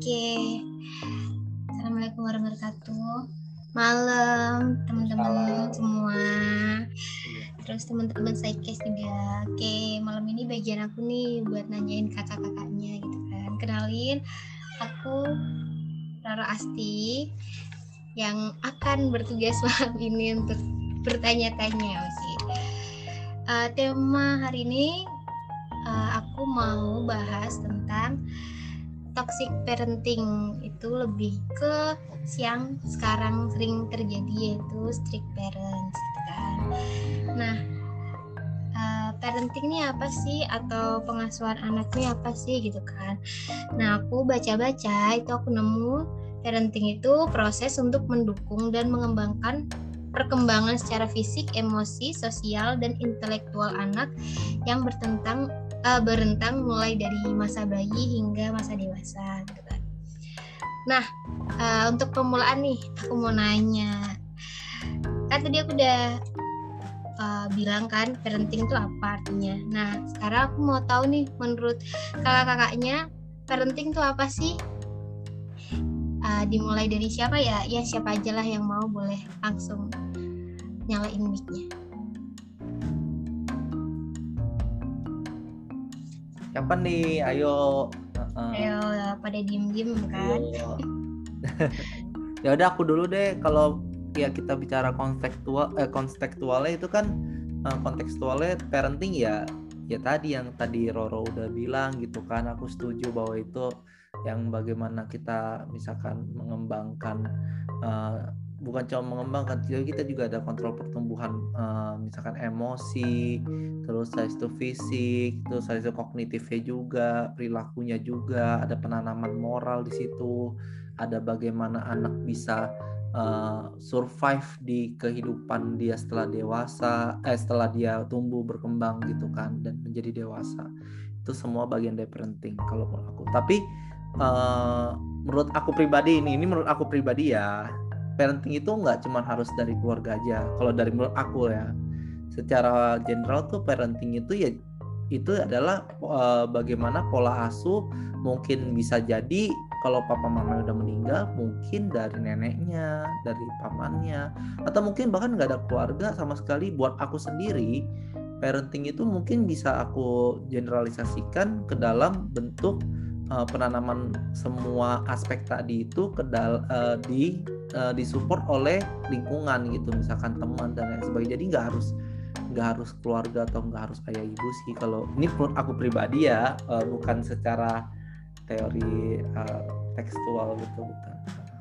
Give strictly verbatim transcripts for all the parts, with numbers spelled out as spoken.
Oke. Assalamualaikum warahmatullahi wabarakatuh. Malam teman-teman semua. Terus teman-teman Sidecast juga. Oke, malam ini bagian aku nih buat nanyain kakak-kakaknya gitu kan. Kenalin, aku Rara Asti yang akan bertugas malam ini untuk bertanya-tanya. Oke. Uh, tema hari ini uh, aku mau bahas tentang toxic parenting. Itu lebih ke yang sekarang sering terjadi, yaitu strict parents gitu kan. Nah, uh, parenting ini apa sih, atau pengasuhan anak ini apa sih gitu kan. Nah, aku baca-baca itu aku nemu parenting itu proses untuk mendukung dan mengembangkan perkembangan secara fisik, emosi, sosial, dan intelektual anak yang bertentang uh, berentang mulai dari masa bayi hingga masa dewasa gitu kan. Nah, uh, untuk permulaan nih, aku mau nanya. Kan tadi aku udah uh, bilang kan parenting itu apa artinya. Nah, sekarang aku mau tahu nih, menurut kakak-kakaknya parenting itu apa sih? Uh, dimulai dari siapa ya? Ya siapa aja lah yang mau, boleh langsung nyalain mic-nya. Siapa nih? Ayo. Uh-uh. Ayo, pada diem-diem kan. Ya udah aku dulu deh. Kalau ya kita bicara kontekstual, eh, kontekstualnya itu kan uh, kontekstualnya parenting ya, ya tadi yang tadi Roro udah bilang gitu kan. Aku setuju bahwa itu yang bagaimana kita misalkan mengembangkan, uh, bukan cuma mengembangkan, kita juga ada kontrol pertumbuhan, uh, misalkan emosi, terus dari itu fisik, terus dari itu kognitifnya juga, perilakunya juga, ada penanaman moral di situ, ada bagaimana anak bisa uh, survive di kehidupan dia setelah dewasa, eh setelah dia tumbuh berkembang gitu kan dan menjadi dewasa. Itu semua bagian dari parenting kalau menurut aku. Tapi uh, menurut aku pribadi ini, ini menurut aku pribadi ya, parenting itu nggak cuma harus dari keluarga aja. Kalau dari menurut aku ya, secara general tuh parenting itu ya itu adalah uh, bagaimana pola asuh. Mungkin bisa jadi kalau papa mama udah meninggal, mungkin dari neneknya, dari pamannya, atau mungkin bahkan nggak ada keluarga sama sekali. Buat aku sendiri, parenting itu mungkin bisa aku generalisasikan ke dalam bentuk uh, penanaman semua aspek tadi itu ke dal- uh, di uh, disupport oleh lingkungan gitu, misalkan teman dan lain sebagainya. Jadi nggak harus nggak harus keluarga atau nggak harus ayah ibu sih. Kalau ini menurut aku pribadi ya, uh, bukan secara teori uh, tekstual gitu, bukan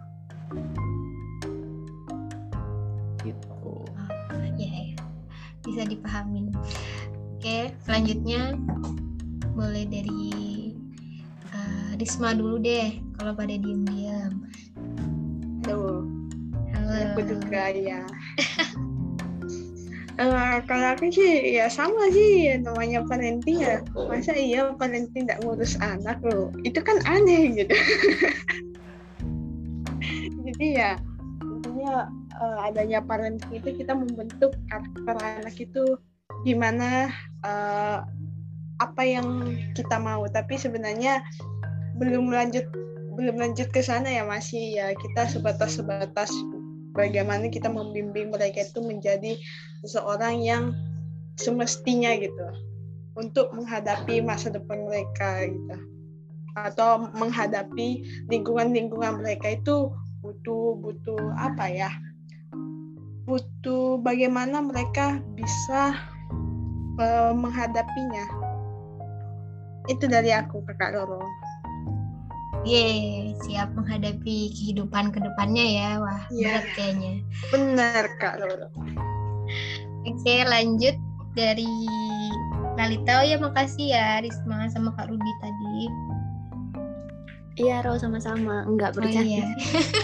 gitu. Oh, ya, ya, bisa dipahamin. Oke, selanjutnya boleh dari uh, Risma dulu deh, kalau pada diam-diam. Halo. Halo. Aku juga ya. Uh, kalau aku sih ya sama sih, namanya parenting ya, masa iya parenting tidak ngurus anak loh, itu kan aneh gitu. Jadi ya intinya uh, adanya parenting itu kita membentuk karakter anak itu gimana, uh, apa yang kita mau, tapi sebenarnya belum lanjut belum lanjut ke sana ya, masih ya kita sebatas sebatas bagaimana kita membimbing mereka itu menjadi seseorang yang semestinya gitu untuk menghadapi masa depan mereka gitu, atau menghadapi lingkungan-lingkungan mereka itu butuh butuh apa ya butuh bagaimana mereka bisa uh, menghadapinya. Itu dari aku, Kakak Roro. Yeay, siap menghadapi kehidupan kedepannya ya. Wah, yeah. Berat kayaknya. Benar, Kak Roro. Oke, lanjut dari Lalita. Oh ya, makasih ya Risma sama Kak Ruby tadi. Iya, Ro, sama-sama. Enggak bercanda. Oh, iya.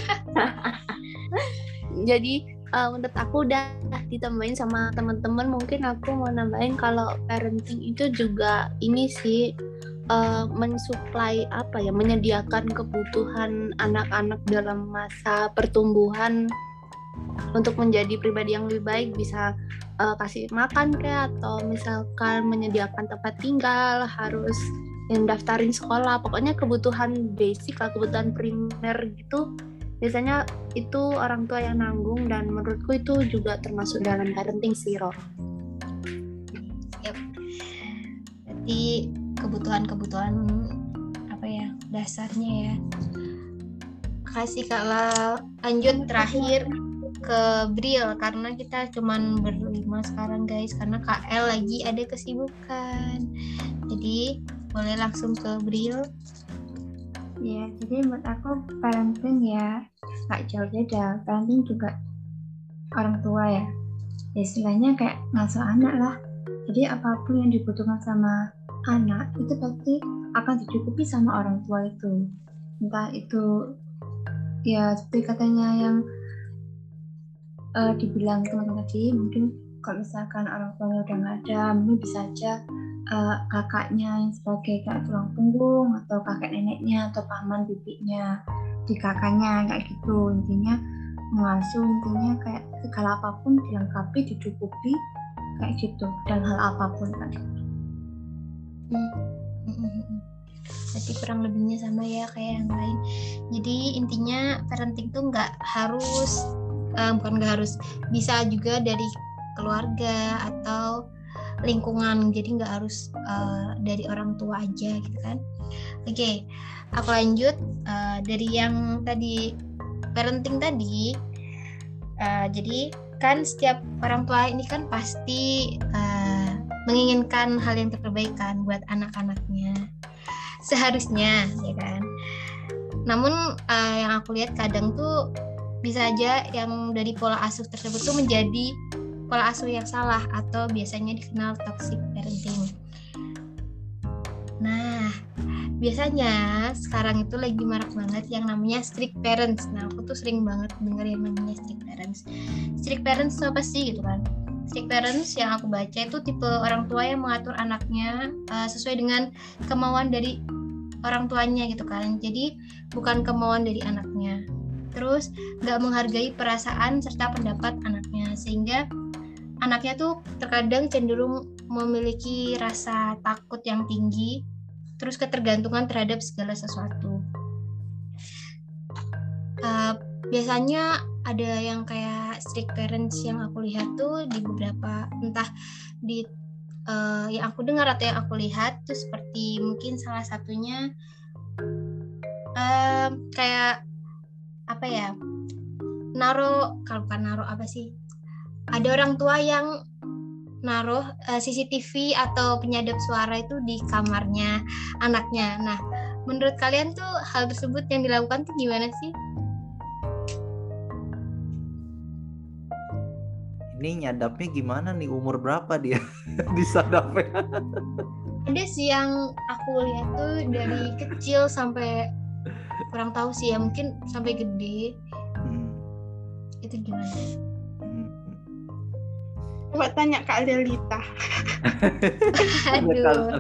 Jadi, uh, menurut aku udah ditambahin sama teman-teman. Mungkin aku mau nambahin kalau parenting itu juga ini sih, Uh, mensuplai apa ya, menyediakan kebutuhan anak-anak dalam masa pertumbuhan untuk menjadi pribadi yang lebih baik, bisa uh, kasih makan kayak, atau misalkan menyediakan tempat tinggal, harus yang daftarin sekolah, pokoknya kebutuhan basic lah, kebutuhan primer gitu biasanya itu orang tua yang nanggung, dan menurutku itu juga termasuk dalam parenting sih, Ro. Yep. Berarti kebutuhan-kebutuhan apa ya dasarnya ya. Kasih kalau lanjut terakhir ke Bril, karena kita cuman berlima sekarang guys, karena Kak El lagi ada kesibukan. Jadi boleh langsung ke Bril. Ya, jadi menurut aku parenting ya nggak jauh beda. Parenting juga orang tua ya. Ya istilahnya kayak ngasuh anak lah. Jadi apapun yang dibutuhkan sama anak itu pasti akan dicukupi sama orang tua itu. Entah itu ya seperti katanya yang uh, dibilang teman-teman tadi, mungkin kalau misalkan orang tuanya udah nggak ada, mungkin bisa aja uh, kakaknya yang sebagai kayak tulang punggung, atau kakek neneknya, atau paman bibinya di kakaknya, kayak gitu. Intinya mengasuh, intinya kayak segala apapun dilengkapi, dicukupi kayak gitu, dan hal apapun kayak gitu. Berarti kurang lebihnya sama ya kayak yang lain. Jadi intinya parenting tuh nggak harus uh, bukan nggak harus, bisa juga dari keluarga atau lingkungan, jadi nggak harus uh, dari orang tua aja gitu kan. Oke, okay, aku lanjut uh, dari yang tadi parenting tadi. Uh, jadi kan setiap orang tua ini kan pasti uh, menginginkan hal yang terbaik kan buat anak-anaknya, seharusnya ya kan. Namun uh, yang aku lihat kadang tuh bisa aja yang dari pola asuh tersebut tuh menjadi pola asuh yang salah, atau biasanya dikenal toxic parenting. Nah, biasanya sekarang itu lagi marak banget yang namanya strict parents. Nah, aku tuh sering banget denger yang namanya strict parents. Strict parents itu apa sih gitu kan? Strict parents yang aku baca itu tipe orang tua yang mengatur anaknya uh, sesuai dengan kemauan dari orang tuanya gitu kan. Jadi bukan kemauan dari anaknya. Terus nggak menghargai perasaan serta pendapat anaknya, sehingga anaknya tuh terkadang cenderung memiliki rasa takut yang tinggi, terus ketergantungan terhadap segala sesuatu. Uh, biasanya ada yang kayak strict parents yang aku lihat tuh di beberapa, entah di uh, yang aku dengar atau yang aku lihat tuh seperti mungkin salah satunya uh, kayak apa ya, naruh, kalau bukan naruh apa sih, ada orang tua yang naruh uh, C C T V atau penyadap suara itu di kamarnya anaknya. Nah, menurut kalian tuh hal tersebut yang dilakukan tuh gimana sih? Ini nyadapnya gimana nih? Umur berapa dia disadapnya? Ada sih yang aku lihat tuh dari kecil sampai kurang tahu sih ya, mungkin sampai gede. Hmm. Itu gimana? Coba tanya Kak Delita. Aduh.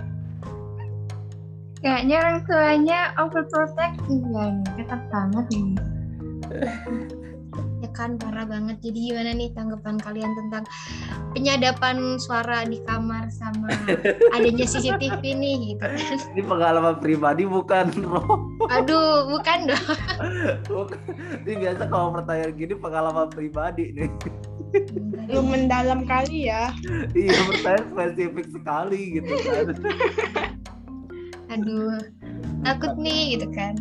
Kayaknya orang tuanya overprotective ya nih, ketat banget nih. Ya kan, parah banget. Jadi gimana nih tanggapan kalian tentang penyadapan suara di kamar sama adanya C C T V nih gitu kan? Ini pengalaman pribadi bukan, Roh. Aduh, bukan dong. Ini biasa kalau pertanyaan gini pengalaman pribadi nih. Lu mendalam kali ya. Iya, pertanyaan spesifik sekali gitu kan. Aduh, takut nih gitu kan.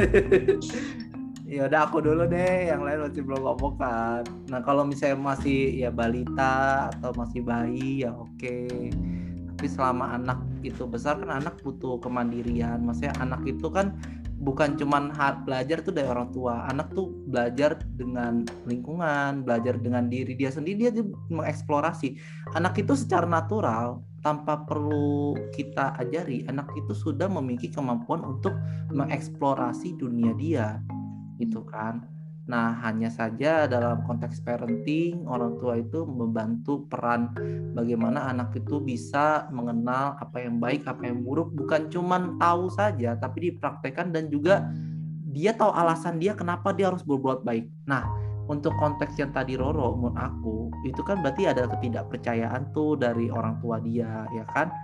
Ya udah, aku dulu deh, yang lain masih belum ngomong kan. Nah, kalau misalnya masih ya balita atau masih bayi ya oke. Tapi selama anak itu besar kan anak butuh kemandirian. Maksudnya anak itu kan bukan cuman belajar tuh dari orang tua. Anak tuh belajar dengan lingkungan, belajar dengan diri dia sendiri, dia mengeksplorasi. Anak itu secara natural tanpa perlu kita ajari, anak itu sudah memiliki kemampuan untuk mengeksplorasi dunia dia. Gitu kan. Nah, hanya saja dalam konteks parenting, orang tua itu membantu peran bagaimana anak itu bisa mengenal apa yang baik, apa yang buruk, bukan cuman tahu saja, tapi dipraktekkan dan juga dia tahu alasan dia kenapa dia harus berbuat baik. Nah, untuk konteks yang tadi Roro, menurut aku, itu kan berarti ada ketidakpercayaan tuh dari orang tua dia, ya kan?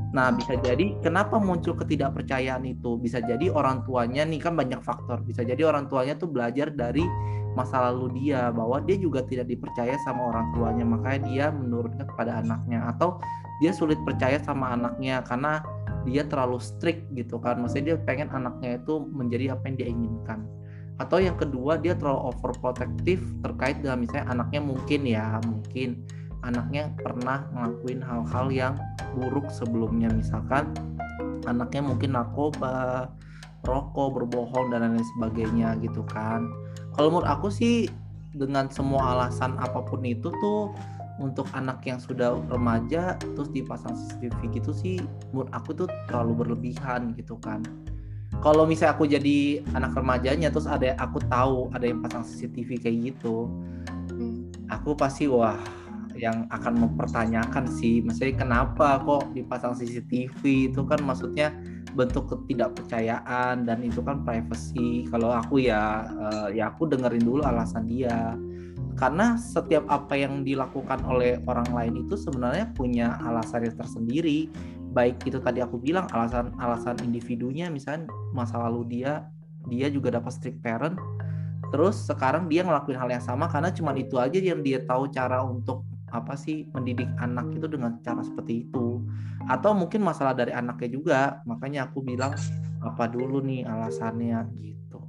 Nah, bisa jadi kenapa muncul ketidakpercayaan itu? Bisa jadi orang tuanya nih, kan banyak faktor. Bisa jadi orang tuanya tuh belajar dari masa lalu dia, bahwa dia juga tidak dipercaya sama orang tuanya, makanya dia menurunkan kepada anaknya. Atau dia sulit percaya sama anaknya karena dia terlalu strict gitu kan. Maksudnya dia pengen anaknya itu menjadi apa yang dia inginkan. Atau yang kedua, dia terlalu overprotective terkait dengan misalnya anaknya mungkin ya, mungkin anaknya pernah ngelakuin hal-hal yang buruk sebelumnya, misalkan anaknya mungkin narkoba, rokok, berbohong dan lain sebagainya gitu kan. Kalau menurut aku sih dengan semua alasan apapun itu tuh, untuk anak yang sudah remaja terus dipasang C C T V gitu sih, menurut aku tuh terlalu berlebihan gitu kan. Kalau misalnya aku jadi anak remajanya terus ada aku tahu ada yang pasang C C T V kayak gitu, aku pasti wah yang akan mempertanyakan sih, maksudnya kenapa kok dipasang C C T V, itu kan maksudnya bentuk ketidakpercayaan dan itu kan privacy. Kalau aku ya uh, ya aku dengerin dulu alasan dia, karena setiap apa yang dilakukan oleh orang lain itu sebenarnya punya alasan yang tersendiri. Baik itu tadi aku bilang alasan-alasan individunya, misalnya masa lalu dia dia juga dapat strict parent, terus sekarang dia ngelakuin hal yang sama karena cuma itu aja yang dia tahu cara untuk apa sih mendidik anak itu dengan cara seperti itu. Atau mungkin masalah dari anaknya juga, makanya aku bilang apa dulu nih alasannya gitu.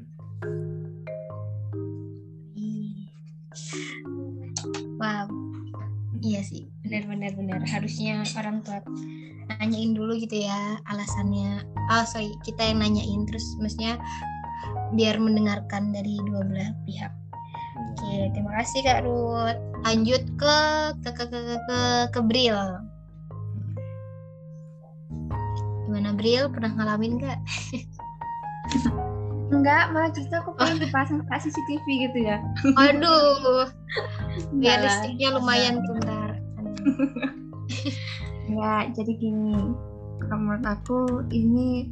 Wow, iya sih, benar-benar benar. Harusnya orang tua nanyain dulu gitu ya alasannya. Oh sorry, kita yang nanyain, terus maksudnya biar mendengarkan dari dua belah pihak. Oke, terima kasih Kak Ruth. Lanjut ke ke ke ke ke, ke, ke Bril. Gimana Bril? Pernah ngalamin nggak? Enggak, malah justru aku pengen dipasang C C T V gitu ya. Aduh, biar listriknya lumayan tuh ntar. Ya, jadi gini, menurut aku ini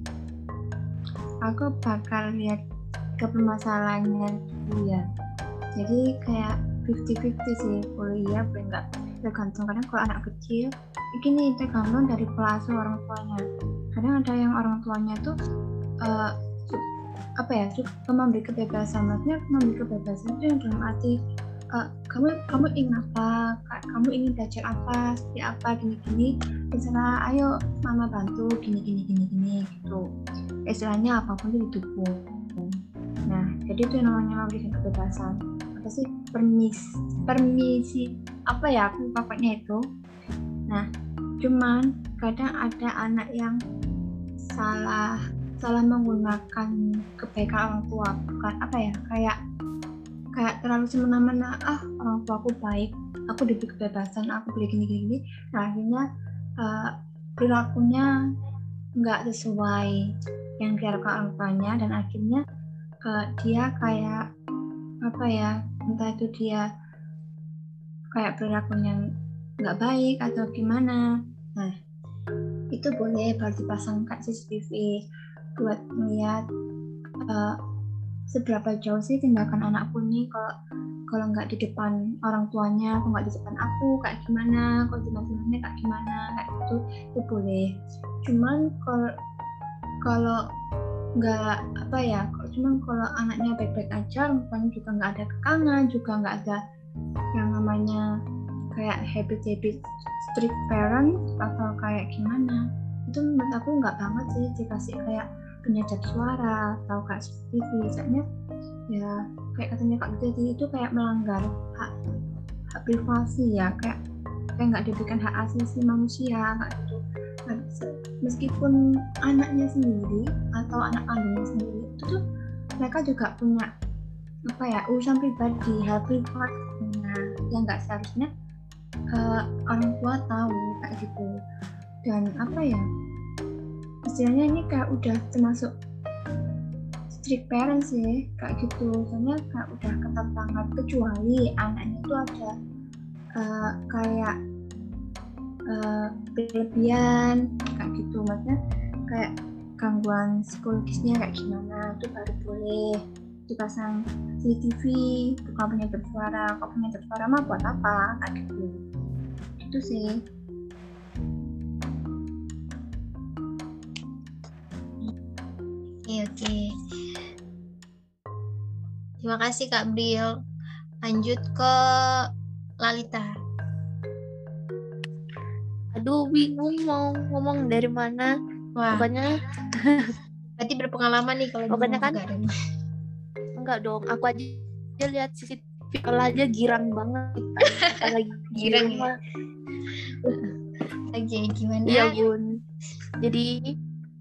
aku bakal lihat ke permasalahannya dulu ya. Jadi kayak fifty-fifty sih, kuliah boleh nggak, tergantung. Kadang kalau anak kecil ini tergantung dari pola asuh orang tuanya. Kadang ada yang orang tuanya tuh uh, apa ya, suka memberi kebebasan. Maksudnya memberi kebebasan itu yang dalam arti uh, kamu kamu ingin apa, kamu ingin belajar apa, seperti apa, gini-gini, misalnya ayo mama bantu gini gini gini gini gitu. Istilahnya apapun itu didukung. Nah, jadi itu yang namanya memberikan kebebasan. Apa sih permisi permisi apa ya aku pokoknya itu. Nah, cuman kadang ada anak yang salah salah menggunakan kebaikan orang tua, bukan apa ya, kayak kayak terlalu semena-mena, ah orang tua aku baik, aku diberi kebebasan, aku beli gini-gini. Nah, akhirnya uh, perilakunya nggak sesuai yang diharapkan orang tuanya, dan akhirnya uh, dia kayak apa ya, entah itu dia kayak perilakunya nggak baik atau gimana. Nah, itu boleh baru dipasang C C T V buat melihat uh, seberapa jauh sih tindakan anakku nih, kalau kalau nggak di depan orang tuanya, kalau nggak di depan aku kayak gimana, kalau di teman-temannya kayak gimana, kayak gitu itu boleh. Cuman kalau kalau nggak apa ya, cuman kalau anaknya baik-baik aja, rupanya juga nggak ada kekangan, juga nggak ada yang namanya kayak habit-habit strict parent atau kayak gimana, itu menurut aku nggak banget sih dikasih kayak penyadap suara atau kayak C C T V. Soalnya ya kayak katanya Kak Gita itu kayak melanggar hak hak privasi ya, kayak kayak nggak diberikan hak asasi manusia kayak gitu. Nah, meskipun anaknya sendiri atau anak kandungnya sendiri itu tuh mereka juga punya apa ya, urusan pribadi, hal privat yang nggak seharusnya uh, orang tua tahu kayak gitu. Dan apa ya, istilahnya ini kayak udah termasuk strict parents sih kayak gitu. Soalnya kayak udah ketat banget, kecuali anaknya itu ada uh, kayak uh, berlebihan kayak gitu, maksudnya kayak gangguan psikologisnya kayak gimana, itu baru boleh dipasang C C T V, bukan punya bersuara. Kalau punya bersuara mah buat apa kayak gitu. Itu sih. Oke, oke. Terima kasih Kak Bril. Lanjut ke Lalita. Aduh, bingung mau ngomong dari mana. Wah, Pokoknya berarti berpengalaman nih kalau Pokoknya bingung kan- juga dong. enggak dong, aku aja lihat C C T V aja girang banget. Apalagi Girang di ya? rumah. Oke, gimana? Iya bun. Jadi,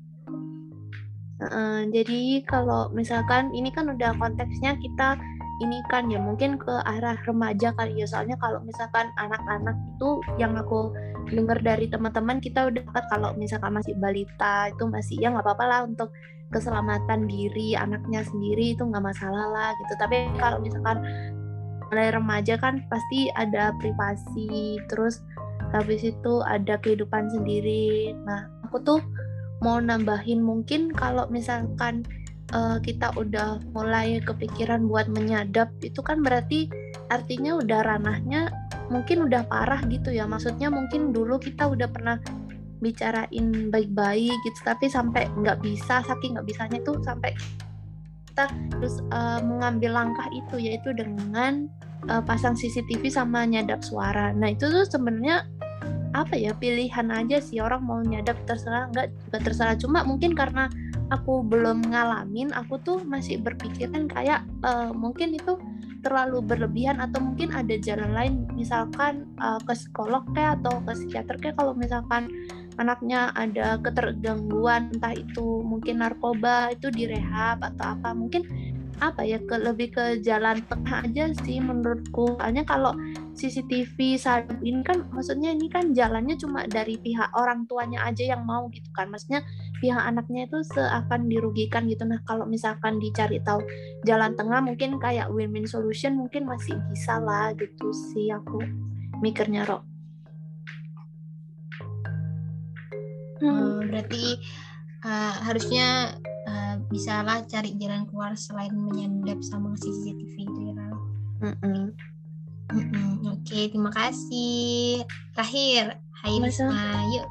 uh, jadi kalau misalkan ini kan udah konteksnya kita ini kan ya mungkin ke arah remaja kali ya. Soalnya kalau misalkan anak-anak itu yang aku dengar dari teman-teman kita udah dekat, kalau misalkan masih balita itu masih ya nggak apa-apa lah untuk keselamatan diri anaknya sendiri itu nggak masalah lah gitu. Tapi kalau misalkan mulai remaja kan pasti ada privasi, terus habis itu ada kehidupan sendiri. Nah, aku tuh mau nambahin mungkin kalau misalkan uh, kita udah mulai kepikiran buat menyadap, itu kan berarti artinya udah ranahnya mungkin udah parah gitu ya. Maksudnya mungkin dulu kita udah pernah bicarain baik-baik gitu, tapi sampai nggak bisa, saking nggak bisanya tuh sampai kita terus uh, mengambil langkah itu, yaitu dengan uh, pasang C C T V sama nyadap suara. Nah itu tuh sebenarnya apa ya, pilihan aja sih, orang mau nyadap terserah nggak juga terserah. Cuma mungkin karena aku belum ngalamin, aku tuh masih berpikiran kayak uh, mungkin itu terlalu berlebihan, atau mungkin ada jalan lain, misalkan uh, ke psikolog kayak atau ke psikiater kayak kalau misalkan anaknya ada ketergangguan, entah itu mungkin narkoba, itu direhab atau apa, mungkin apa ya, ke lebih ke jalan tengah aja sih menurutku. Soalnya kalau C C T V saat ini kan maksudnya ini kan jalannya cuma dari pihak orang tuanya aja yang mau gitu kan, maksudnya pihak anaknya itu seakan dirugikan gitu. Nah kalau misalkan dicari tahu jalan tengah mungkin kayak win-win solution mungkin masih bisa lah gitu sih aku mikirnya, Ro. Hmm, berarti uh, harusnya uh, bisalah cari jalan keluar selain menyadap sama C C T V itu ya. Mm-mm. Mm-mm. Oke, terima kasih. Terakhir, Hai Risma, yuk.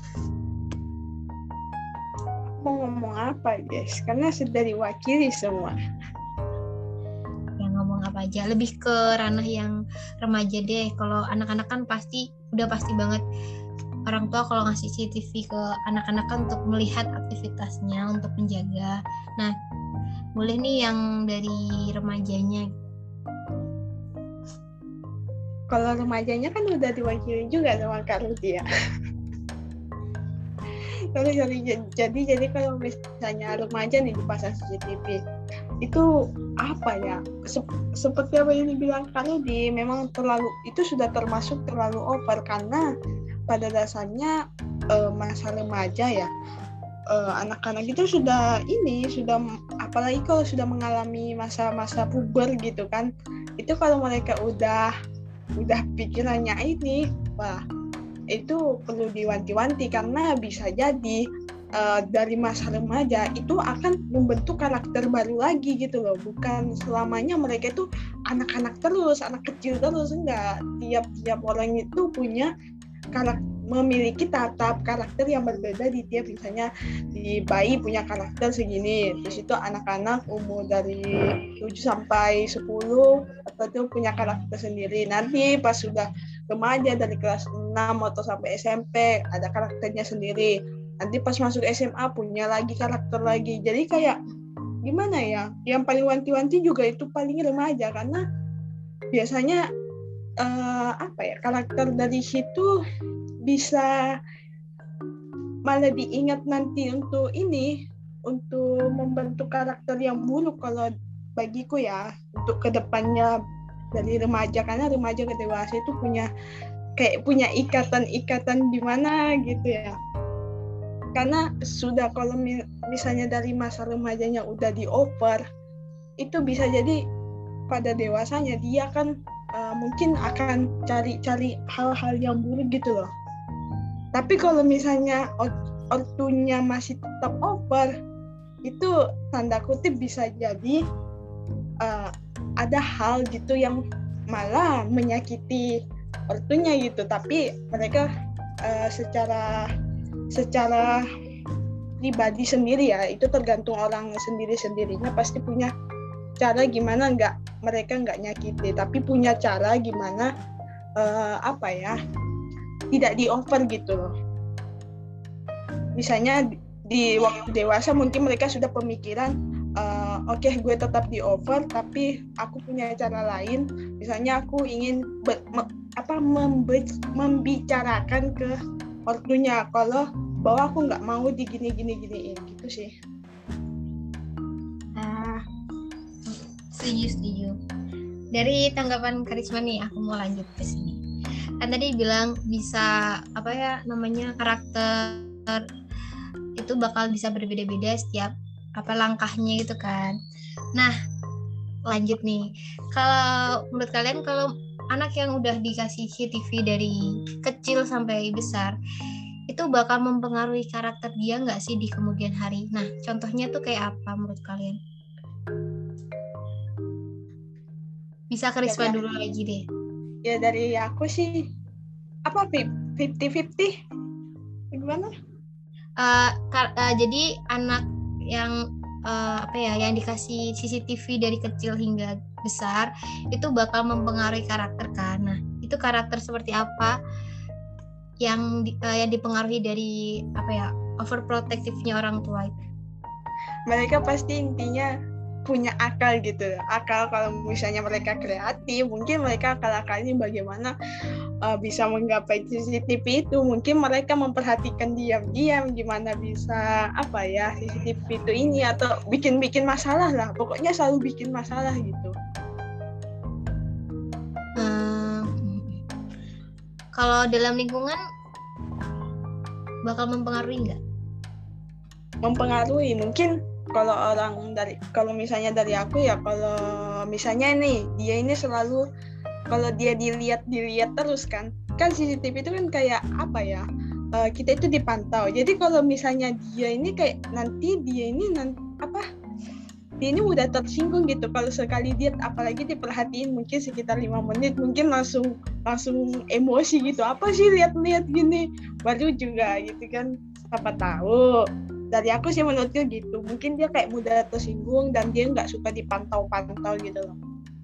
Mau ngomong apa guys? Karena sudah diwakili semua. Yang ngomong apa aja, lebih ke ranah yang remaja deh. Kalau anak-anak kan pasti, udah pasti banget orang tua kalau ngasih C C T V ke anak-anak kan untuk melihat aktivitasnya, untuk menjaga. Nah, boleh nih yang dari remajanya. Kalau remajanya kan udah diwakili juga sama Kak Rudy ya. Kalau jadi, jadi jadi kalau misalnya remaja nih dipasang C C T V, itu apa ya? Sep, seperti apa yang dibilang Kak Rudy, memang terlalu, itu sudah termasuk terlalu over, karena pada dasarnya uh, masa remaja ya, uh, anak-anak itu sudah ini sudah, apalagi kalau sudah mengalami masa-masa puber gitu kan, itu kalau mereka udah udah pikirannya ini, wah itu perlu diwanti-wanti, karena bisa jadi uh, dari masa remaja itu akan membentuk karakter baru lagi gitu loh. Bukan selamanya mereka itu anak-anak terus, anak kecil terus, enggak. Tiap-tiap orang itu punya karakter, memiliki tahap karakter yang berbeda di tiap, misalnya di bayi punya karakter segini, terus itu anak-anak umur dari tujuh sampai sepuluh atau itu punya karakter sendiri. Nanti pas sudah remaja dari kelas enam atau sampai S M P ada karakternya sendiri. Nanti pas masuk S M A punya lagi karakter lagi. Jadi kayak gimana ya? Yang paling wanti-wanti juga itu paling remaja, karena biasanya uh, apa ya, karakter dari situ bisa malah diingat nanti untuk ini, untuk membentuk karakter yang buruk kalau bagiku ya, untuk kedepannya dari remaja, karena remaja ke dewasa itu punya kayak punya ikatan-ikatan di mana gitu ya. Karena sudah kalau misalnya dari masa remajanya udah dioper, itu bisa jadi pada dewasanya dia kan uh, mungkin akan cari-cari hal-hal yang buruk gitu loh. Tapi kalau misalnya ortunya masih tetap over, itu tanda kutip bisa jadi uh, ada hal gitu yang malah menyakiti ortunya gitu. Tapi mereka uh, secara secara pribadi sendiri ya, itu tergantung orang sendiri-sendirinya, pasti punya cara gimana nggak mereka nggak nyakiti, tapi punya cara gimana uh, apa ya tidak di over gitu loh. Misalnya di waktu dewasa mungkin mereka sudah pemikiran uh, oke okay, gue tetap di over tapi aku punya cara lain, misalnya aku ingin ber, me, apa membe, membicarakan ke ortunya kalau bahwa aku nggak mau digini gini giniin gitu sih. Nah, setuju setuju. Dari tanggapan Karisma nih, aku mau lanjut ke sini. Kan tadi bilang bisa apa ya namanya karakter itu bakal bisa berbeda-beda setiap apa langkahnya gitu kan. Nah, lanjut nih. Kalau menurut kalian kalau anak yang udah dikasih C C T V dari kecil sampai besar itu bakal mempengaruhi karakter dia nggak sih di kemudian hari? Nah, contohnya tuh kayak apa menurut kalian? Bisa Karisma Ya, dulu lagi deh. Ya dari aku sih apa fifty-fifty gimana? Uh, kar- uh, jadi anak yang uh, apa ya yang dikasih C C T V dari kecil hingga besar itu bakal mempengaruhi karakter kan. Nah, itu karakter seperti apa yang di, uh, yang dipengaruhi dari apa ya overprotectivenya orang tua itu? Mereka pasti intinya punya akal gitu. Akal kalau misalnya mereka kreatif, mungkin mereka akal-akalnya bagaimana uh, bisa menggapai C C T V itu. Mungkin mereka memperhatikan diam-diam gimana bisa apa ya C C T V itu ini atau bikin-bikin masalah lah. Pokoknya selalu bikin masalah gitu. Hmm, kalau dalam lingkungan bakal mempengaruhi nggak? Mempengaruhi mungkin. Kalau orang dari kalau misalnya dari aku ya kalau misalnya nih dia ini selalu kalau dia dilihat dilihat terus kan kan C C T V itu kan kayak apa ya uh, kita itu dipantau, jadi kalau misalnya dia ini kayak nanti dia ini nanti apa dia ini udah tersinggung gitu kalau sekali dia apalagi diperhatiin mungkin sekitar lima menit mungkin langsung langsung emosi gitu, apa sih lihat-lihat gini baru juga gitu kan, siapa tahu. Dari aku sih menurutku gitu, mungkin dia kayak mudah tersinggung dan dia nggak suka dipantau-pantau gitu loh.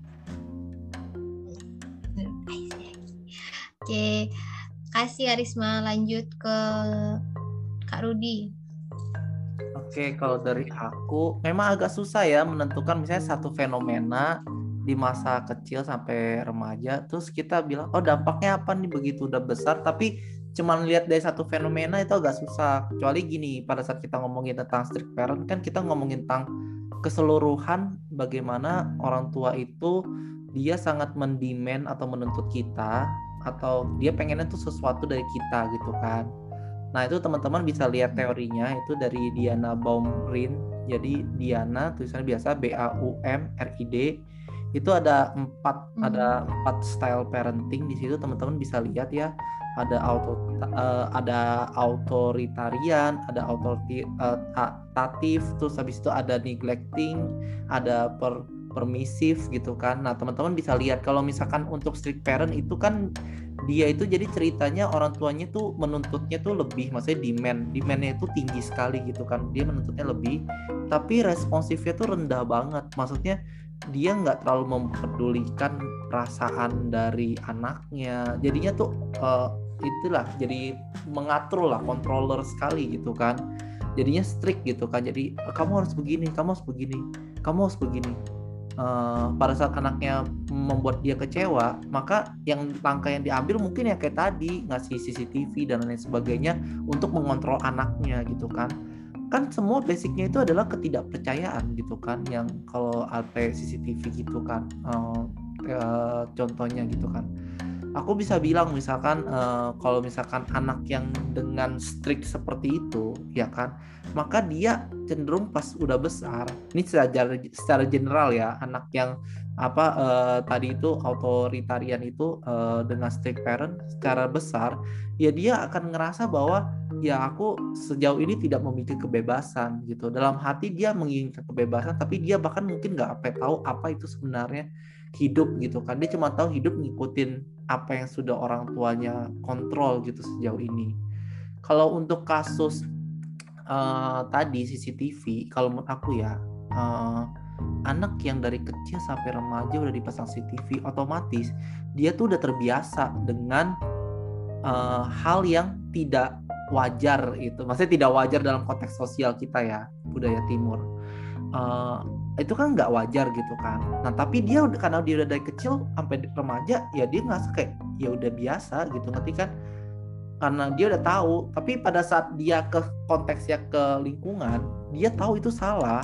Oke, kasih Karisma, lanjut ke Kak Rudi. Oke, kalau dari aku memang agak susah ya menentukan misalnya satu fenomena di masa kecil sampai remaja, terus kita bilang oh dampaknya apa nih begitu udah besar, tapi cuman lihat dari satu fenomena itu agak susah. Kecuali gini, pada saat kita ngomongin tentang strict parent kan kita ngomongin tentang keseluruhan bagaimana orang tua itu dia sangat mendemand atau menuntut kita atau dia pengennya tuh sesuatu dari kita gitu kan. Nah itu teman-teman bisa lihat teorinya itu dari Diana Baumrind. Jadi Diana tulisannya biasa B A U M R I D. Itu ada empat hmm. ada empat style parenting di situ, teman-teman bisa lihat ya. Ada auto uh, ada authoritarian, ada autoritatif, terus habis itu ada neglecting, ada per permisif gitu kan. Nah teman-teman bisa lihat kalau misalkan untuk strict parent itu kan dia itu jadi ceritanya orang tuanya tuh menuntutnya tuh lebih, maksudnya demand demandnya itu tinggi sekali gitu kan, dia menuntutnya lebih tapi responsifnya tuh rendah banget, maksudnya dia nggak terlalu mempedulikan perasaan dari anaknya, jadinya tuh uh, itulah jadi mengatur lah, controller sekali gitu kan, jadinya strict gitu kan, jadi kamu harus begini, kamu harus begini, kamu harus begini. Uh, pada saat anaknya membuat dia kecewa, maka yang langkah yang diambil mungkin ya kayak tadi ngasih C C T V dan lain sebagainya untuk mengontrol anaknya gitu kan. Kan semua basicnya itu adalah ketidakpercayaan gitu kan, yang kalau ada C C T V gitu kan, uh, uh, contohnya gitu kan. Aku bisa bilang misalkan uh, kalau misalkan anak yang dengan strict seperti itu ya kan, maka dia cenderung pas udah besar, ini secara secara general ya, anak yang apa uh, tadi itu authoritarian itu uh, dengan strict parent secara besar ya dia akan ngerasa bahwa ya aku sejauh ini tidak memiliki kebebasan gitu, dalam hati dia menginginkan kebebasan tapi dia bahkan mungkin nggak apa tahu apa itu sebenarnya hidup gitu kan, dia cuma tahu hidup ngikutin apa yang sudah orang tuanya kontrol gitu sejauh ini. Kalau untuk kasus uh, tadi C C T V, kalau menurut aku ya, uh, anak yang dari kecil sampai remaja udah dipasang C C T V, otomatis dia tuh udah terbiasa dengan uh, hal yang tidak wajar itu. Maksudnya tidak wajar dalam konteks sosial kita ya, budaya timur. Uh, itu kan nggak wajar gitu kan. Nah tapi dia udah, karena dia udah dari kecil sampai remaja, ya dia ngerasa kayak ya udah biasa gitu, ngerti kan? Karena dia udah tahu. Tapi pada saat dia ke konteksnya ke lingkungan, dia tahu itu salah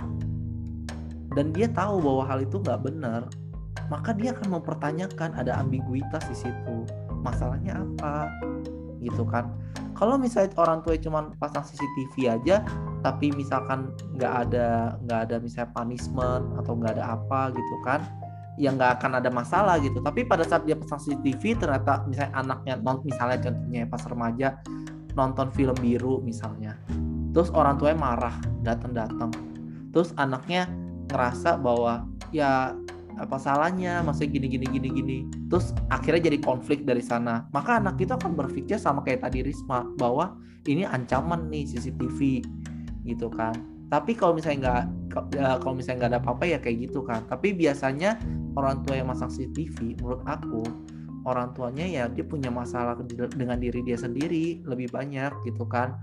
dan dia tahu bahwa hal itu nggak benar, maka dia akan mempertanyakan, ada ambiguitas di situ. Masalahnya apa? Gitu kan? Kalau misalnya orang tua cuma pasang C C T V aja, tapi misalkan nggak ada nggak ada misalnya punishment atau nggak ada apa gitu kan, ya nggak akan ada masalah gitu. Tapi pada saat dia pasang C C T V, ternyata misalnya anaknya, misalnya contohnya pas remaja nonton film biru misalnya, terus orang tuanya marah, datang-datang, terus anaknya ngerasa bahwa ya apa salahnya, maksudnya gini gini gini gini, terus akhirnya jadi konflik dari sana. Maka anak itu akan berpikir sama kayak tadi Risma, bahwa ini ancaman nih C C T V gitu kan. Tapi kalau misalnya nggak kalau misalnya nggak ada apa-apa ya kayak gitu kan. Tapi biasanya orang tua yang masang C C T V, menurut aku orang tuanya ya dia punya masalah dengan diri dia sendiri lebih banyak gitu kan.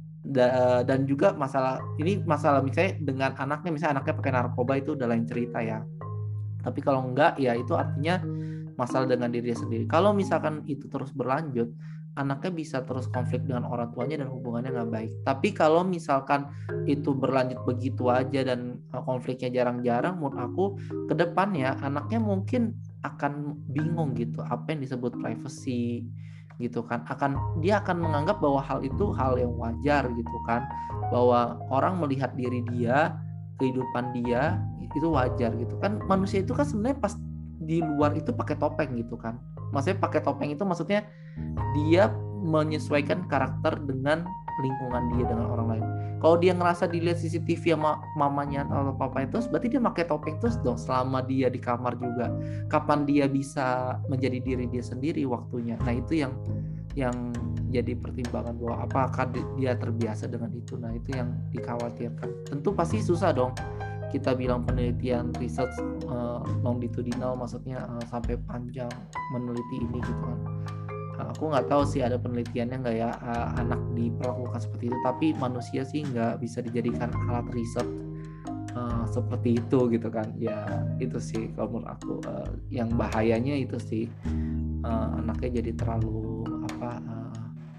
Dan juga masalah ini masalah misalnya dengan anaknya, misalnya anaknya pakai narkoba, itu udah lain cerita ya. Tapi kalau enggak, ya itu artinya masalah dengan diri dia sendiri. Kalau misalkan itu terus berlanjut, anaknya bisa terus konflik dengan orang tuanya dan hubungannya nggak baik. Tapi kalau misalkan itu berlanjut begitu aja dan konfliknya jarang-jarang, menurut aku ke depannya anaknya mungkin akan bingung gitu, apa yang disebut privacy gitu kan. Akan dia akan menganggap bahwa hal itu hal yang wajar gitu kan, bahwa orang melihat diri dia, kehidupan dia itu wajar gitu kan. Manusia itu kan sebenarnya pas di luar itu pakai topeng gitu kan. Maksudnya pakai topeng itu maksudnya dia menyesuaikan karakter dengan lingkungan dia, dengan orang lain. Kalau dia ngerasa dilihat C C T V sama mamanya atau papanya terus, berarti dia pakai topeng terus dong selama dia di kamar juga. Kapan dia bisa menjadi diri dia sendiri waktunya? Nah itu yang yang jadi pertimbangan, bahwa apakah dia terbiasa dengan itu. Nah itu yang dikhawatirkan. Tentu pasti susah dong kita bilang penelitian research uh, longitudinal, maksudnya uh, sampai panjang meneliti ini gitu kan. Uh, aku nggak tahu sih ada penelitiannya nggak ya, uh, anak diperlakukan seperti itu, tapi manusia sih nggak bisa dijadikan alat riset uh, seperti itu gitu kan. Ya itu sih kalau menurut aku uh, yang bahayanya itu sih, uh, anaknya jadi terlalu apa uh,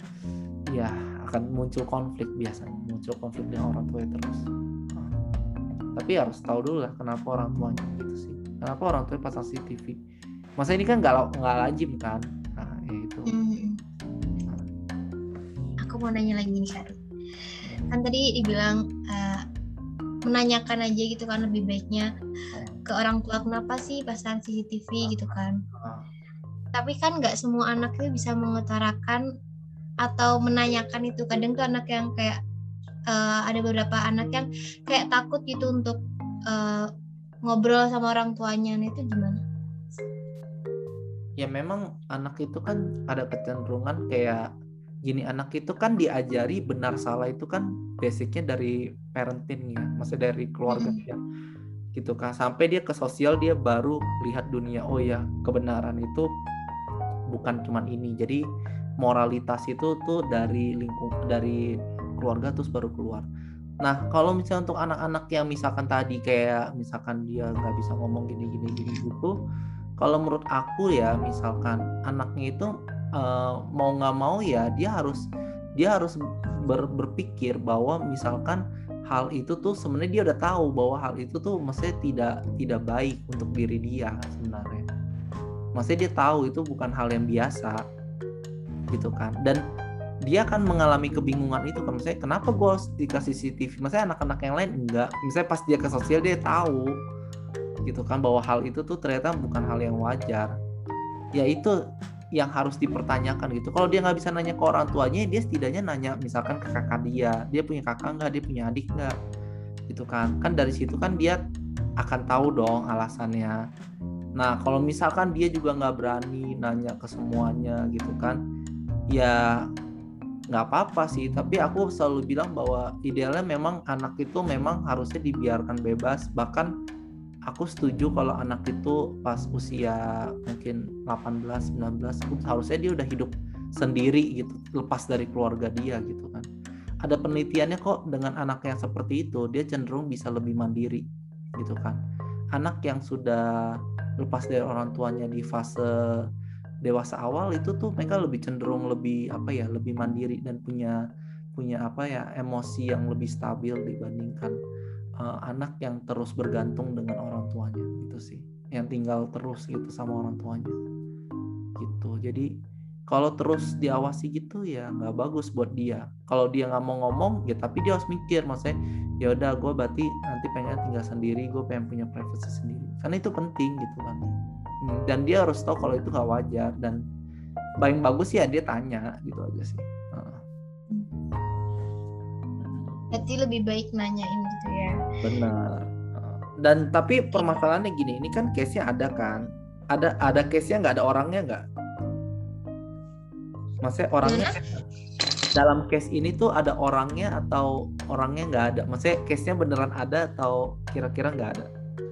ya akan muncul konflik, biasanya muncul konflik dengan orang tua terus. Tapi harus tahu dulu lah kenapa orang tuanya gitu sih. Kenapa orang tuanya pasang C C T V? Masa ini kan nggak nggak lazim kan? Nah itu. Hmm. Aku mau nanya lagi nih Syarul. Kan tadi dibilang uh, menanyakan aja gitu kan, lebih baiknya ke orang tua kenapa sih pasang C C T V gitu kan. Uh. Tapi kan nggak semua anak itu bisa mengutarakan atau menanyakan itu. Kadang tuh anak yang kayak Uh, ada beberapa anak yang kayak takut gitu untuk uh, ngobrol sama orang tuanya. Nah itu gimana? Ya memang anak itu kan ada kecenderungan kayak gini, anak itu kan diajari benar salah itu kan basicnya dari parenting ya, maksudnya dari keluarga mm-hmm. ya gitu kan, sampai dia ke sosial dia baru lihat dunia, oh ya kebenaran itu bukan cuman ini. Jadi moralitas itu tuh dari lingkup, dari keluarga terus baru keluar. Nah kalau misalnya untuk anak-anak yang misalkan tadi kayak misalkan dia nggak bisa ngomong gini-gini gini gitu, kalau menurut aku ya misalkan anaknya itu uh, mau nggak mau ya dia harus dia harus ber, berpikir bahwa misalkan hal itu tuh sebenarnya dia udah tahu bahwa hal itu tuh maksudnya tidak tidak baik untuk diri dia sebenarnya. Maksudnya dia tahu itu bukan hal yang biasa gitu kan, dan dia akan mengalami kebingungan itu kan, misalnya kenapa gue harus dikasih C C T V, misalnya anak-anak yang lain enggak, misalnya pas dia ke sosial dia tahu gitu kan bahwa hal itu tuh ternyata bukan hal yang wajar. Ya itu yang harus dipertanyakan gitu. Kalau dia nggak bisa nanya ke orang tuanya, dia setidaknya nanya misalkan ke kakak dia, dia punya kakak nggak, dia punya adik nggak gitu kan. Kan dari situ kan dia akan tahu dong alasannya. Nah kalau misalkan dia juga nggak berani nanya ke semuanya gitu kan, ya nggak apa-apa sih, tapi aku selalu bilang bahwa idealnya memang anak itu memang harusnya dibiarkan bebas. Bahkan aku setuju kalau anak itu pas usia mungkin delapan belas sembilan belas harusnya dia udah hidup sendiri gitu, lepas dari keluarga dia gitu kan. Ada penelitiannya kok, dengan anak yang seperti itu dia cenderung bisa lebih mandiri gitu kan. Anak yang sudah lepas dari orang tuanya di fase dewasa awal itu tuh mereka lebih cenderung lebih apa ya, lebih mandiri dan punya punya apa ya, emosi yang lebih stabil dibandingkan uh, anak yang terus bergantung dengan orang tuanya gitu sih, yang tinggal terus gitu sama orang tuanya gitu. Jadi kalau terus diawasi gitu ya nggak bagus buat dia. Kalau dia nggak mau ngomong ya tapi dia harus mikir, maksudnya ya udah gue berarti nanti pengen tinggal sendiri, gue pengen punya privacy sendiri, karena itu penting gitu kan. Dan dia harus tahu kalau itu nggak wajar, dan paling bagus ya dia tanya gitu aja sih. Berarti lebih baik nanyain gitu ya. Benar. Dan tapi permasalahannya gini, ini kan case-nya ada kan, ada ada case-nya nggak ada orangnya nggak? Maksudnya orangnya Gimana? Dalam case ini tuh ada orangnya atau orangnya nggak ada? Maksudnya case-nya beneran ada atau kira-kira nggak ada?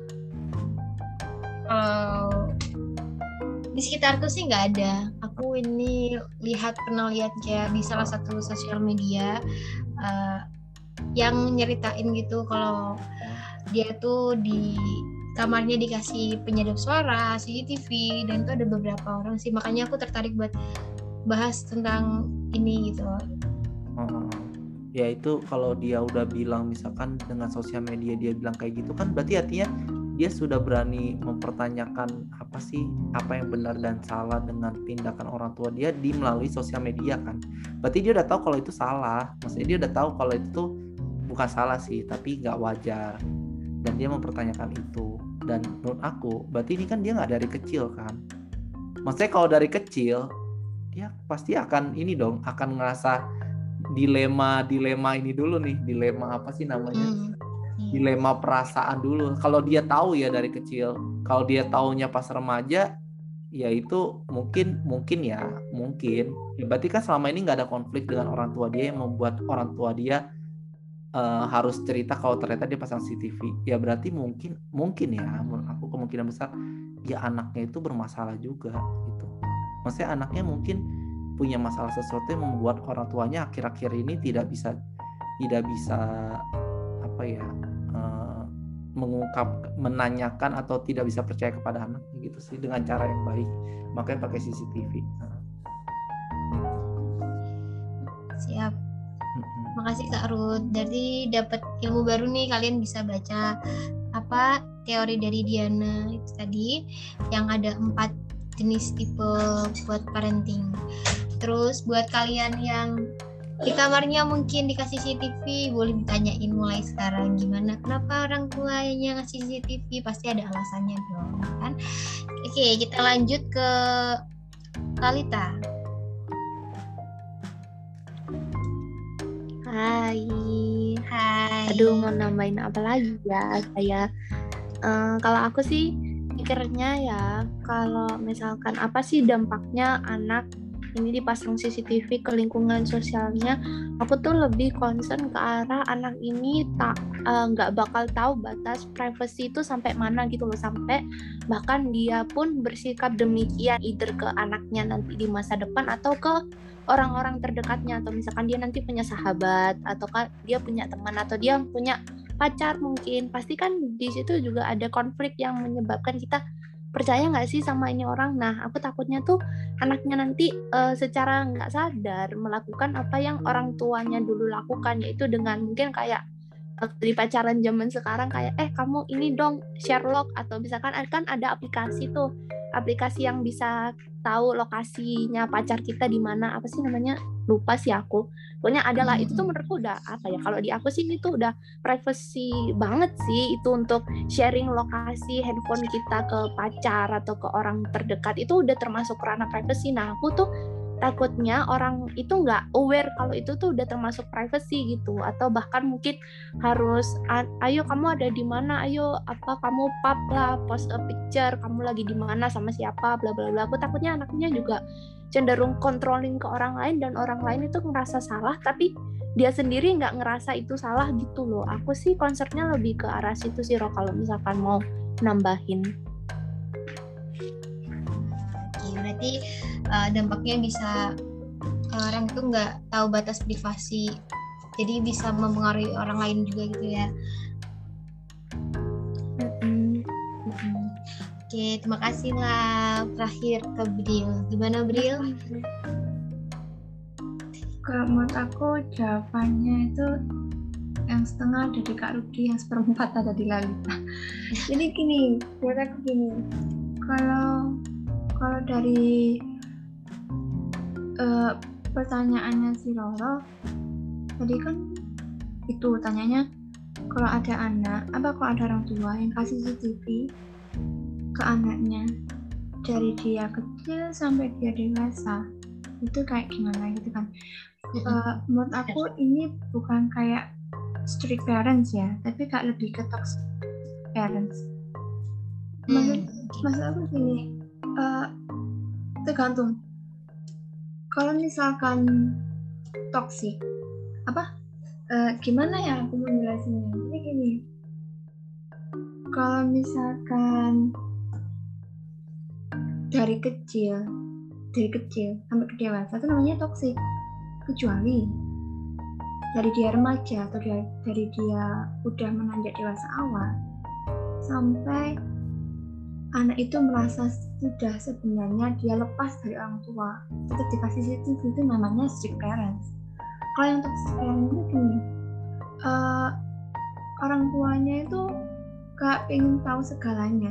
Kalau di sekitarku sih nggak ada. Aku ini lihat pernah lihat kayak di salah satu sosial media uh, yang nyeritain gitu kalau dia tuh di kamarnya dikasih penyedap suara, C C T V, dan itu ada beberapa orang sih. Makanya aku tertarik buat bahas tentang ini gitu. Oh, ya itu kalau dia udah bilang misalkan dengan sosial media dia bilang kayak gitu kan berarti artinya dia sudah berani mempertanyakan apa sih, apa yang benar dan salah dengan tindakan orang tua dia di melalui sosial media kan. Berarti dia udah tahu kalau itu salah, maksudnya dia udah tahu kalau itu tuh bukan salah sih tapi nggak wajar, dan dia mempertanyakan itu. Dan menurut aku berarti ini kan dia nggak dari kecil kan, maksudnya kalau dari kecil dia pasti akan ini dong, akan ngerasa dilema dilema ini dulu nih, dilema apa sih namanya, hmm. dilema perasaan dulu. Kalau dia tahu ya dari kecil, kalau dia taunya pas remaja ya itu mungkin mungkin ya mungkin ya berarti kan selama ini nggak ada konflik dengan orang tua dia yang membuat orang tua dia uh, harus cerita kalau ternyata dia pasang C C T V. Ya berarti mungkin mungkin ya menurut aku kemungkinan besar ya anaknya itu bermasalah juga gitu. Maksudnya anaknya mungkin punya masalah sesuatu yang membuat orang tuanya akhir-akhir ini tidak bisa tidak bisa apa ya uh, mengungkap, menanyakan atau tidak bisa percaya kepada anaknya gitu sih dengan cara yang baik. Makanya pakai C C T V. Nah. Siap. Mm-hmm. Makasih Kak Ruth. Jadi dapat ilmu baru nih, kalian bisa baca apa teori dari Diana itu tadi yang ada empat jenis tipe buat parenting. Terus buat kalian yang di kamarnya mungkin dikasih C C T V, boleh ditanyain mulai sekarang gimana, kenapa orang tuanya ngasih C C T V, pasti ada alasannya dong kan. Oke, kita lanjut ke Talita. Hai. Hai. Aduh, mau nambahin apa lagi ya saya. Uh, kalau aku sih pikirnya ya, kalau misalkan apa sih dampaknya anak ini dipasang C C T V ke lingkungan sosialnya, aku tuh lebih concern ke arah anak ini tak nggak uh, bakal tahu batas privacy itu sampai mana gitu loh, sampai bahkan dia pun bersikap demikian either ke anaknya nanti di masa depan atau ke orang-orang terdekatnya, atau misalkan dia nanti punya sahabat atau kan dia punya teman atau dia punya pacar mungkin, pasti kan di situ juga ada konflik yang menyebabkan kita percaya nggak sih sama ini orang. Nah, aku takutnya tuh anaknya nanti uh, secara nggak sadar melakukan apa yang orang tuanya dulu lakukan, yaitu dengan mungkin kayak uh, di pacaran zaman sekarang kayak eh kamu ini dong Sherlock, atau misalkan kan ada aplikasi tuh aplikasi yang bisa tahu lokasinya pacar kita di mana, apa sih namanya, lupa sih aku, pokoknya adalah itu tuh menurutku udah apa ya, kalau di aku sih itu udah privacy banget sih itu untuk sharing lokasi handphone kita ke pacar atau ke orang terdekat, itu udah termasuk ranah privacy. Nah aku tuh takutnya orang itu nggak aware kalau itu tuh udah termasuk privacy gitu, atau bahkan mungkin harus ayo kamu ada di mana, ayo apa kamu pub lah, post a picture kamu lagi di mana sama siapa, bla bla bla. Aku takutnya anaknya juga cenderung controlling ke orang lain dan orang lain itu ngerasa salah tapi dia sendiri nggak ngerasa itu salah gitu loh. Aku sih konsepnya lebih ke arah situ sih Ro, kalau misalkan mau nambahin. Oke, berarti uh, dampaknya bisa uh, orang itu nggak tahu batas privasi, jadi bisa mempengaruhi orang lain juga gitu ya. Mm-mm. Mm-mm. Oke, terima kasih lah. Terakhir ke Bril, gimana Bril? Kalau menurut aku jawabannya itu yang setengah ada di Kak Rudi, yang seperempat ada di Lalita. Jadi gini, buat aku gini, kalau kalau dari uh, pertanyaannya si Roro, tadi kan itu tanyanya kalau ada anak, apa kalau ada orang tua yang kasih C C T V ke anaknya dari dia kecil sampai dia dewasa, itu kayak gimana gitu kan? Uh, menurut aku ini bukan kayak strict parents ya, tapi kayak lebih ke toxic parents. Maksud, Hmm. maksud aku gini, uh, tergantung. Kalau misalkan toxic, apa? Uh, gimana ya aku mau jelasinnya? Jadi gini, kalau misalkan dari kecil, dari kecil sampai ke dewasa itu namanya toxic. Kecuali dari dia remaja atau dari, dari dia udah menanjak dewasa awal sampai anak itu merasa sudah sebenarnya dia lepas dari orang tua, tetap dikasih C C T V, itu namanya strict parents. Kalau yang toxic parents itu gini, uh, orang tuanya itu gak pengen tahu segalanya,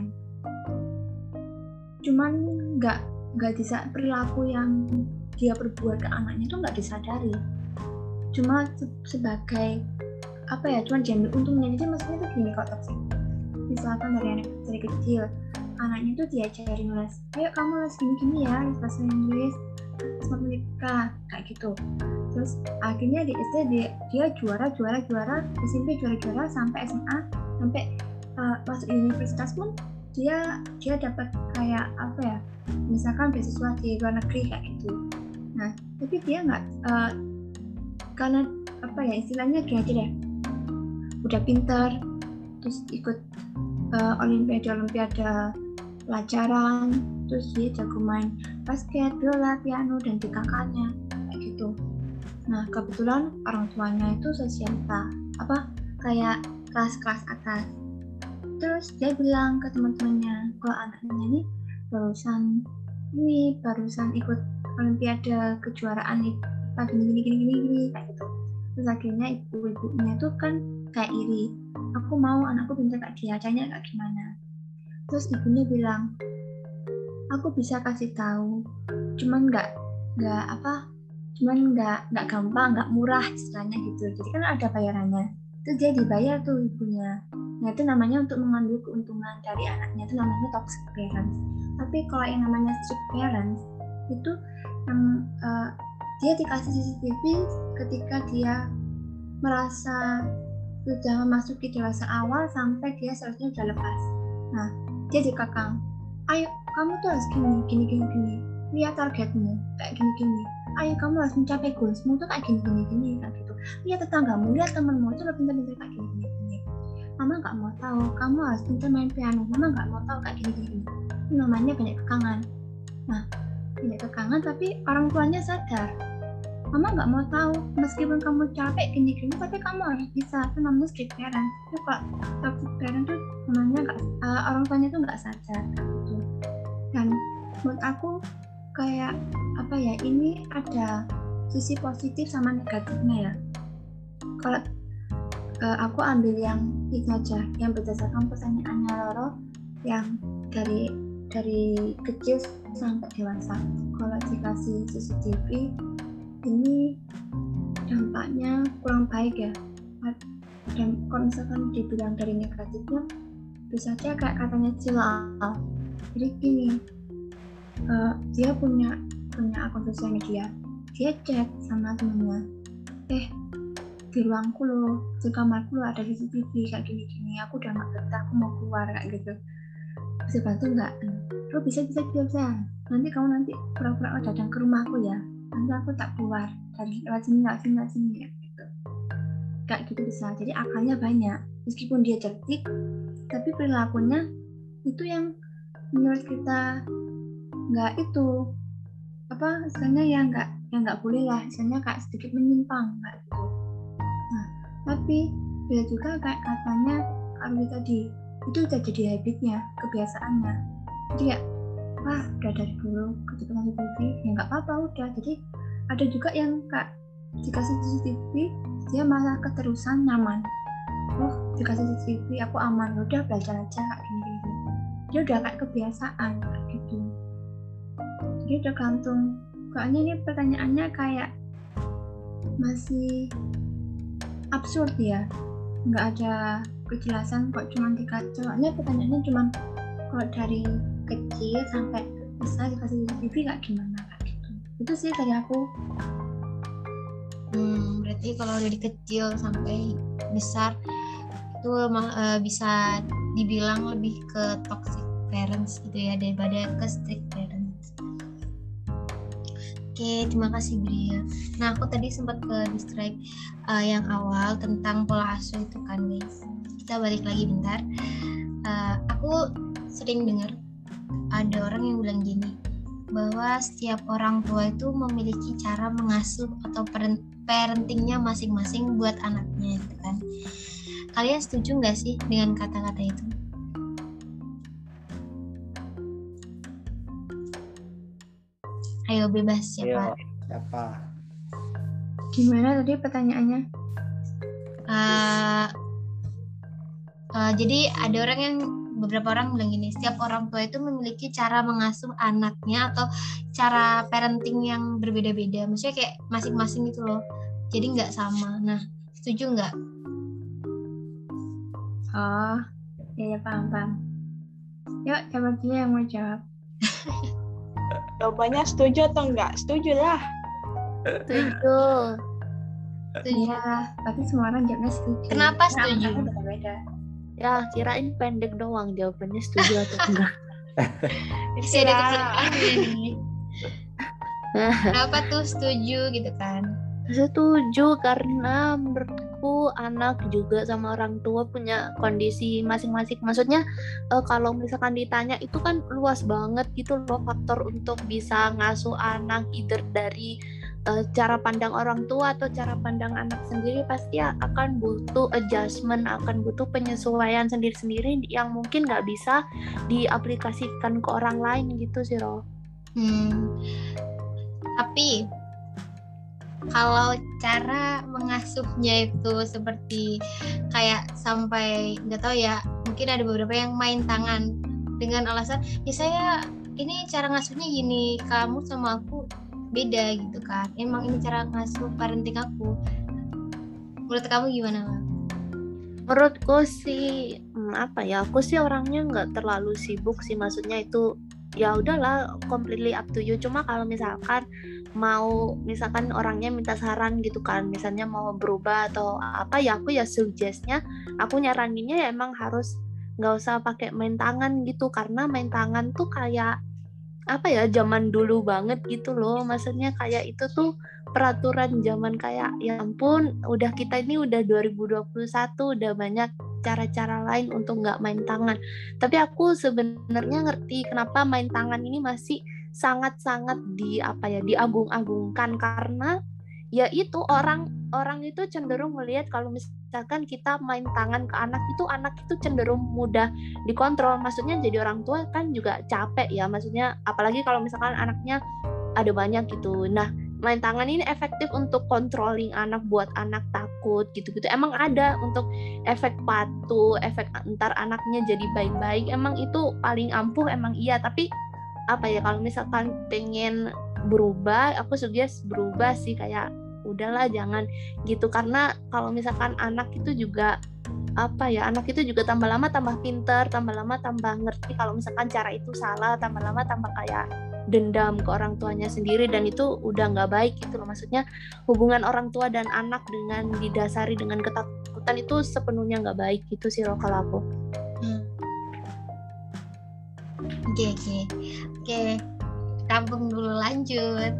cuman gak gak bisa perilaku yang dia perbuat ke anaknya itu nggak disadari, cuma se- sebagai apa ya, cuma diambil untungnya. Jadi maksudnya itu gini, kalau toxic misalkan dari anak dari kecil anaknya tuh diajarin les, ayo kamu les gini-gini ya, les bahasa Inggris, les matematika kayak gitu. Terus akhirnya di S D dia, dia juara juara juara, S M P juara juara, sampai S M A, sampai uh, masuk universitas pun dia dia dapat kayak apa ya, misalkan beasiswa di luar negeri kayak gitu. Nah, tapi dia nggak, uh, karena apa ya istilahnya gini aja deh, udah pintar, terus ikut uh, olimpiade-olimpiade pelajaran, terus dia jago main basket, bola, piano, dan di kakaknya kayak gitu. Nah, kebetulan orang tuanya itu sosialita, apa kayak kelas-kelas atas. Terus dia bilang ke teman-temannya kalau anaknya ini barusan ini barusan ikut olimpiade kejuaraan I P A gini gini gini gini gini kayak gitu. Terus akhirnya ibu-ibunya tuh kan kayak iri, aku mau anakku pintar kayak dia, caranya kayak gimana. Terus ibunya bilang, aku bisa kasih tahu, cuman nggak nggak apa, cuman nggak nggak gampang, nggak murah istilahnya gitu. Jadi kan ada bayarannya. Terus dia dibayar tuh ibunya. Nah itu namanya untuk mengambil keuntungan dari anaknya, itu namanya toxic parents. Tapi kalau yang namanya strict parents itu yang uh, dia dikasih C C T V ketika dia merasa sudah memasuki dewasa awal sampai dia seharusnya sudah lepas. Nah dia dikekang, ayo kamu tuh harus gini gini gini gini, lihat targetmu kayak gini gini, ayo kamu harus mencapai goalsmu tuh kayak gini gini gini kayak gitu. Lihat tetanggamu, lihat temanmu itu lebih pintar-pintar kayak gini gini gini. Mama nggak mau tahu, kamu harus pintar main piano, mama nggak mau tahu kayak gini gini. Itu namanya banyak kekangan. Nah banyak kekangan tapi orang tuanya sadar, mama nggak mau tahu, meskipun kamu capek gini-gini tapi kamu harus bisa. Itu namanya strict parent. Itu kok toxic parent tuh namanya nggak, uh, orang tuanya tuh nggak sadar gitu. Dan menurut aku kayak apa ya, ini ada sisi positif sama negatifnya ya. Kalau uh, aku ambil yang ini aja, yang berdasarkan pertanyaannya Roro, yang dari dari kecil sampai dewasa. Kalau dikasih C C T V ini dampaknya kurang baik ya. Dan kalau misalkan dibilang dari negatifnya, bisa aja kayak katanya Cilal. Jadi gini, uh, dia punya punya akun sosial media, dia chat sama temennya, eh di ruangku loh, di kamarku loh ada C C T V kayak gini-gini, aku udah gak betah, aku mau keluar kayak gitu, bisa bantu nggak? Oh bisa bisa bisa, nanti kamu nanti pura-pura datang ke rumahku ya, nanti aku tak keluar dari lewat sini lewat sini lewat sini ya gitu, kayak gitu bisa. Jadi akalnya banyak, meskipun dia cerdik, tapi perilakunya itu yang menurut kita nggak itu apa istilahnya ya nggak yang nggak boleh lah, istilahnya kayak sedikit menyimpang kayak gitu. Nah tapi bisa juga kayak katanya kalau tadi itu udah jadi habitnya, kebiasaannya, jadi ya wah udah dari dulu kecepatan C C T V ya nggak apa-apa udah. Jadi ada juga yang kak dikasih C C T V dia malah keterusan nyaman, oh dikasih C C T V aku aman, udah belajar aja kayak gini, dia udah kayak kebiasaan kayak gitu. Jadi tergantung, soalnya ini pertanyaannya kayak masih absurd ya, nggak ada kejelasan kok, cuma tiga, soalnya pertanyaannya cuma kalau dari kecil sampai besar dikasih C C T V kayak gimana kayak gitu. Itu sih dari aku. Hmm, berarti kalau dari kecil sampai besar itu uh, bisa dibilang lebih ke toxic parents gitu ya daripada ke strict parents. Oke, terima kasih Bria. Nah, aku tadi sempat ke distract uh, yang awal tentang pola asuh itu kan guys. Kita balik lagi bentar. Uh, aku sering dengar ada orang yang bilang gini, bahwa setiap orang tua itu memiliki cara mengasuh atau parentingnya masing-masing buat anaknya gitu kan. Kalian setuju nggak sih dengan kata-kata itu? Ayo bebas siapa? Ayo, siapa? Gimana tadi pertanyaannya? Uh, uh, jadi ada orang yang beberapa orang bilang gini, setiap orang tua itu memiliki cara mengasuh anaknya atau cara parenting yang berbeda-beda. Maksudnya kayak masing-masing gitu loh. Jadi nggak sama. Nah, setuju nggak? Oh, ya, ya paham paham. Yuk, siapa dulu yang mau jawab? Jawabannya setuju atau enggak? Setuju lah. Setuju. Iya, tapi semua orang jawabnya setuju. Kenapa Karena setuju? anaknya beda-beda. Ya, kirain pendek doang jawabannya setuju atau enggak. Masih ada kesulitan nih. Kenapa tuh setuju gitu kan? Setuju karena menurutku anak juga sama orang tua punya kondisi masing-masing. Maksudnya uh, kalau misalkan ditanya itu kan luas banget gitu loh faktor untuk bisa ngasuh anak, either dari uh, cara pandang orang tua atau cara pandang anak sendiri, pasti akan butuh adjustment, akan butuh penyesuaian sendiri-sendiri yang mungkin nggak bisa diaplikasikan ke orang lain gitu sih Ro. Hmm. Tapi kalau cara mengasuhnya itu seperti kayak sampai nggak tahu ya, mungkin ada beberapa yang main tangan dengan alasan ya saya ini cara ngasuhnya gini, kamu sama aku beda gitu kan, emang ini cara ngasuh parenting aku. Menurut kamu gimana, Bang? Menurutku sih hmm, apa ya, aku sih orangnya nggak terlalu sibuk sih, maksudnya itu ya udahlah completely up to you. Cuma kalau misalkan mau misalkan orangnya minta saran gitu kan, misalnya mau berubah atau apa, ya aku ya suggestnya, aku nyaraninnya ya emang harus nggak usah pakai main tangan gitu, karena main tangan tuh kayak apa ya, zaman dulu banget gitu loh. Maksudnya kayak itu tuh peraturan zaman kayak ya ampun, udah kita ini udah dua ribu dua puluh satu, udah banyak cara-cara lain untuk nggak main tangan. Tapi aku sebenarnya ngerti kenapa main tangan ini masih sangat-sangat di apa ya, diagung-agungkan, karena ya itu orang orang itu cenderung melihat kalau misalkan kita main tangan ke anak itu, anak itu cenderung mudah dikontrol. Maksudnya jadi orang tua kan juga capek ya, maksudnya apalagi kalau misalkan anaknya ada banyak gitu. Nah, main tangan ini efektif untuk controlling anak, buat anak takut gitu-gitu. Emang ada untuk efek patuh, efek ntar anaknya jadi baik-baik, emang itu paling ampuh, emang iya. Tapi apa ya, kalau misalkan pengen berubah, aku suggest berubah sih, kayak udahlah jangan gitu. Karena kalau misalkan anak itu juga apa ya, anak itu juga tambah lama tambah pinter, tambah lama tambah ngerti kalau misalkan cara itu salah, tambah lama tambah kayak dendam ke orang tuanya sendiri, dan itu udah nggak baik gitu loh. Maksudnya hubungan orang tua dan anak dengan didasari dengan ketakutan itu sepenuhnya nggak baik gitu sih loh kalau aku. Hmm. Oke oke oke, tampung dulu, lanjut.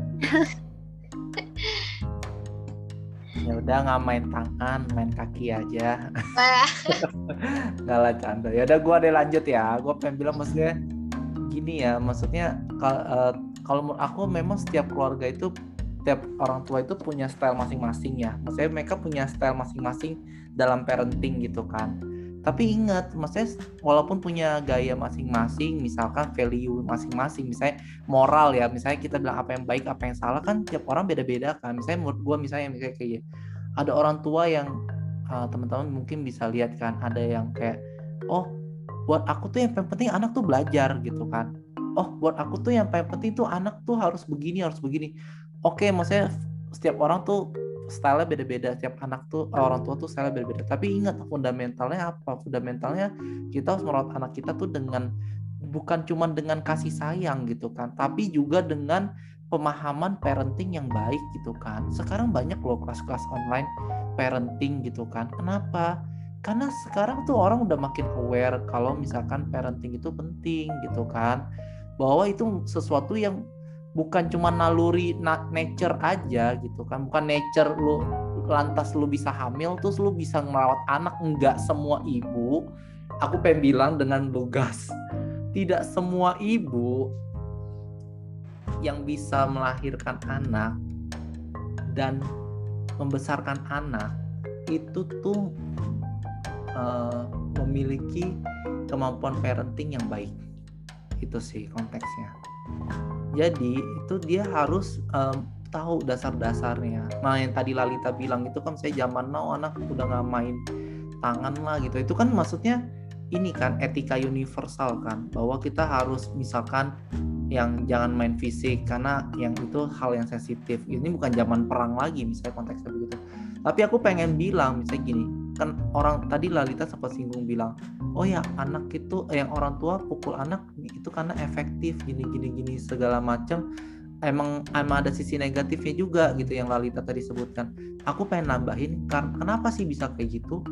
Ya udah, nggak main tangan, main kaki aja. Wah, Nggak lah, canda. Ya udah, gue ada lanjut ya. Gue pengen bilang maksudnya gini ya, maksudnya kal- eh, kalau menurut aku memang setiap keluarga itu, setiap orang tua itu punya style masing-masing ya. Maksudnya mereka punya style masing-masing dalam parenting gitu kan. Tapi ingat, maksudnya walaupun punya gaya masing-masing, misalkan value masing-masing, misalnya moral ya, misalnya kita bilang apa yang baik, apa yang salah, kan tiap orang beda-beda kan. Misalnya menurut gue, misalnya misalnya kayak ada orang tua yang uh, teman-teman mungkin bisa lihat kan, ada yang kayak, oh buat aku tuh yang paling penting anak tuh belajar gitu kan. Oh buat aku tuh yang paling penting tuh anak tuh harus begini, harus begini. Oke, maksudnya setiap orang tuh style-nya beda-beda, setiap anak tuh, orang tua tuh style-nya beda-beda. Tapi ingat, fundamentalnya apa? Fundamentalnya kita harus merawat anak kita tuh dengan, bukan cuma dengan kasih sayang gitu kan, tapi juga dengan pemahaman parenting yang baik gitu kan. Sekarang banyak loh kelas-kelas online parenting gitu kan. Kenapa? Karena sekarang tuh orang udah makin aware kalau misalkan parenting itu penting gitu kan, bahwa itu sesuatu yang bukan cuma naluri nature aja gitu kan, bukan nature lu lantas lu bisa hamil terus lu bisa merawat anak. Enggak semua ibu, aku pengen bilang dengan lugas, tidak semua ibu yang bisa melahirkan anak dan membesarkan anak itu tuh uh, memiliki kemampuan parenting yang baik. Itu sih konteksnya. Jadi itu dia harus um, tahu dasar-dasarnya. Nah yang tadi Lalita bilang itu kan, saya zaman now anak udah nggak main tangan lah gitu. Itu kan maksudnya ini kan etika universal kan, bahwa kita harus misalkan yang jangan main fisik karena yang itu hal yang sensitif. Ini bukan zaman perang lagi misalnya konteksnya begitu. Tapi aku pengen bilang misalnya gini, kan orang tadi Lalita sempat singgung bilang, oh ya anak itu eh, yang orang tua pukul anak itu karena efektif gini gini gini segala macam. Emang emang ada sisi negatifnya juga gitu yang Lalita tadi sebutkan. Aku pengen nambahin, kar- kenapa sih bisa kayak gitu?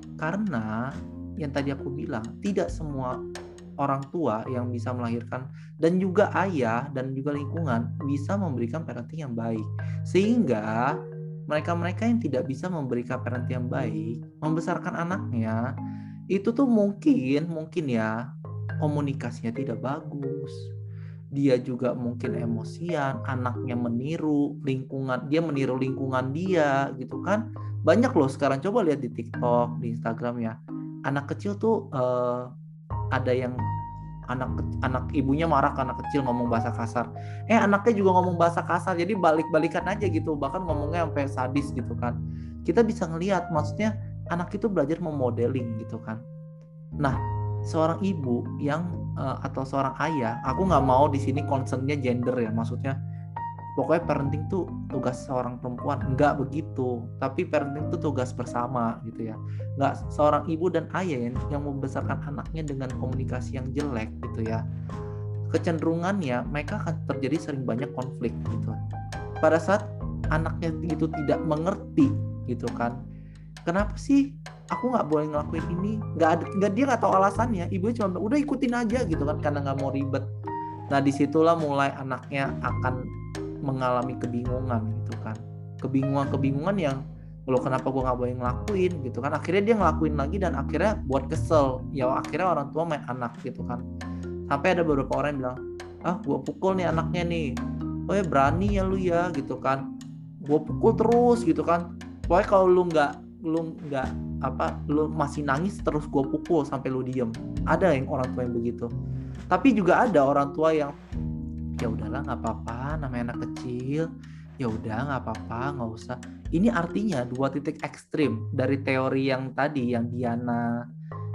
Karena yang tadi aku bilang, tidak semua orang tua yang bisa melahirkan dan juga ayah dan juga lingkungan bisa memberikan parenting yang baik. Sehingga mereka-mereka yang tidak bisa memberikan parenting yang baik, membesarkan anaknya, itu tuh mungkin mungkin ya komunikasinya tidak bagus. Dia juga mungkin emosian, anaknya meniru lingkungan, dia meniru lingkungan dia gitu kan. Banyak loh sekarang, coba lihat di TikTok, di Instagram ya. Anak kecil tuh uh, ada yang anak anak ibunya marah ke anak kecil ngomong bahasa kasar. Eh anaknya juga ngomong bahasa kasar, jadi balik-balikan aja gitu. Bahkan ngomongnya sampai sadis gitu kan. Kita bisa ngelihat maksudnya anak itu belajar memodeling gitu kan. Nah, seorang ibu yang uh, atau seorang ayah, aku nggak mau di sini concernnya gender ya, maksudnya pokoknya parenting tuh tugas seorang perempuan, nggak begitu. Tapi parenting tuh tugas bersama gitu ya. Nggak seorang ibu dan ayah yang, yang membesarkan anaknya dengan komunikasi yang jelek gitu ya, kecenderungannya mereka akan terjadi sering banyak konflik gitu. Pada saat anaknya itu tidak mengerti gitu kan, kenapa sih aku nggak boleh ngelakuin ini, nggak ada nggak dia nggak tahu alasannya, ibunya cuma udah ikutin aja gitu kan karena nggak mau ribet. Nah disitulah mulai anaknya akan mengalami kebingungan gitu kan, kebingungan-kebingungan yang loh kenapa gue nggak boleh ngelakuin gitu kan. Akhirnya dia ngelakuin lagi dan akhirnya buat kesel ya, akhirnya orang tua main anak gitu kan. Sampai ada beberapa orang yang bilang, ah gue pukul nih anaknya nih, oh ya berani ya lu ya gitu kan, gue pukul terus gitu kan, pokoknya kalau lu nggak lu nggak apa lu masih nangis terus gue pukul sampai lu diem. Ada yang orang tua yang begitu. Tapi juga ada orang tua yang ya udahlah nggak apa-apa, namanya anak kecil, ya udah nggak apa-apa, nggak usah. Ini artinya dua titik ekstrim dari teori yang tadi yang Diana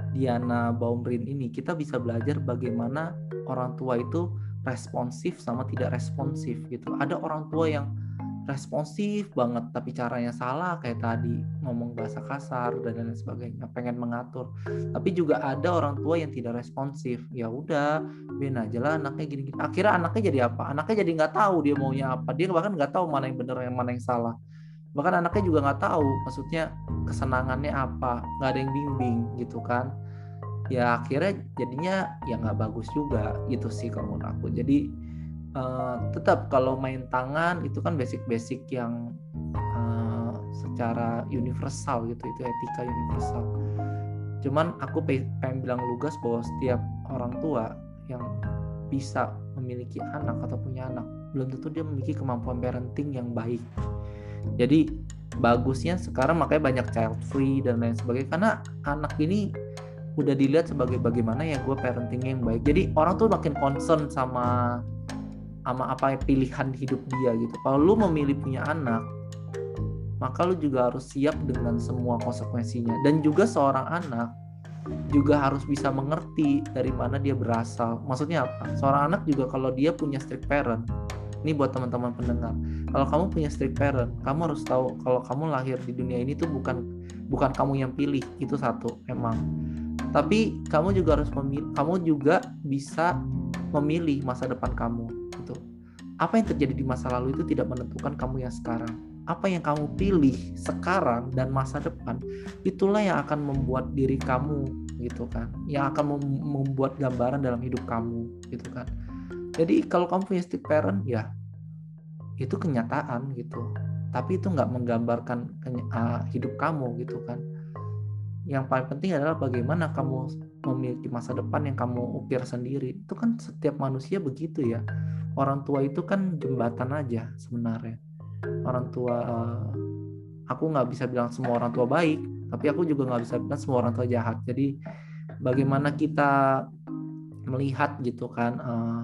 Diana Baumrind ini. Kita bisa belajar bagaimana orang tua itu responsif sama tidak responsif gitu. Ada orang tua yang responsif banget tapi caranya salah, kayak tadi ngomong bahasa kasar dan lain sebagainya, pengen mengatur. Tapi juga ada orang tua yang tidak responsif, ya udah biarin aja lah anaknya gini-gini. Akhirnya anaknya jadi apa? Anaknya jadi nggak tahu dia maunya apa, dia bahkan nggak tahu mana yang benar yang mana yang salah. Bahkan anaknya juga nggak tahu maksudnya kesenangannya apa, nggak ada yang bimbing gitu kan. Ya akhirnya jadinya ya nggak bagus juga gitu sih kalau menurut aku. Jadi Uh, tetap kalau main tangan itu kan basic-basic yang uh, secara universal gitu, itu etika universal. Cuman aku pengen bilang lugas bahwa setiap orang tua yang bisa memiliki anak atau punya anak belum tentu dia memiliki kemampuan parenting yang baik. Jadi bagusnya sekarang makanya banyak child free dan lain sebagainya, karena anak ini udah dilihat sebagai bagaimana ya gue parentingnya yang baik. Jadi orang tuh makin concern sama sama apa pilihan hidup dia gitu. Kalau lu memilih punya anak, maka lu juga harus siap dengan semua konsekuensinya. Dan juga seorang anak juga harus bisa mengerti dari mana dia berasal. Maksudnya apa? Seorang anak juga kalau dia punya strict parent, ini buat teman-teman pendengar, kalau kamu punya strict parent, kamu harus tahu kalau kamu lahir di dunia ini tuh bukan bukan kamu yang pilih, itu satu emang. Tapi kamu juga harus memilih, kamu juga bisa memilih masa depan kamu. Apa yang terjadi di masa lalu itu tidak menentukan kamu yang sekarang. Apa yang kamu pilih sekarang dan masa depan, itulah yang akan membuat diri kamu gitu kan, yang akan mem- membuat gambaran dalam hidup kamu gitu kan. Jadi kalau kamu punya strict parent, ya itu kenyataan gitu. Tapi itu nggak menggambarkan keny- uh, hidup kamu gitu kan. Yang paling penting adalah bagaimana kamu memiliki masa depan yang kamu ukir sendiri. Itu kan setiap manusia begitu ya. Orang tua itu kan jembatan aja sebenarnya. Orang tua, aku nggak bisa bilang semua orang tua baik, tapi aku juga nggak bisa bilang semua orang tua jahat. Jadi bagaimana kita melihat gitu kan,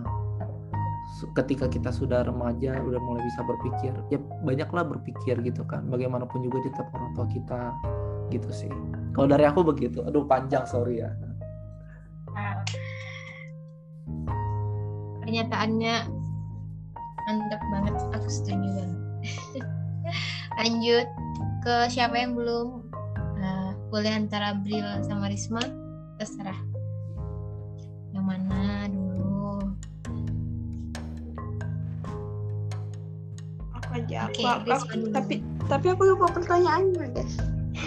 ketika kita sudah remaja, udah mulai bisa berpikir, ya banyaklah berpikir gitu kan. Bagaimanapun juga tetap orang tua kita gitu sih. Kalau dari aku begitu. Aduh panjang, sorry ya. Pernyataannya mantap banget, aku setuju banget. Lanjut ke siapa yang belum, uh, boleh antara Bril sama Risma, terserah yang mana dulu. Aku aja, Oke, aku, Risma aku, dulu. tapi tapi aku lupa pertanyaannya guys.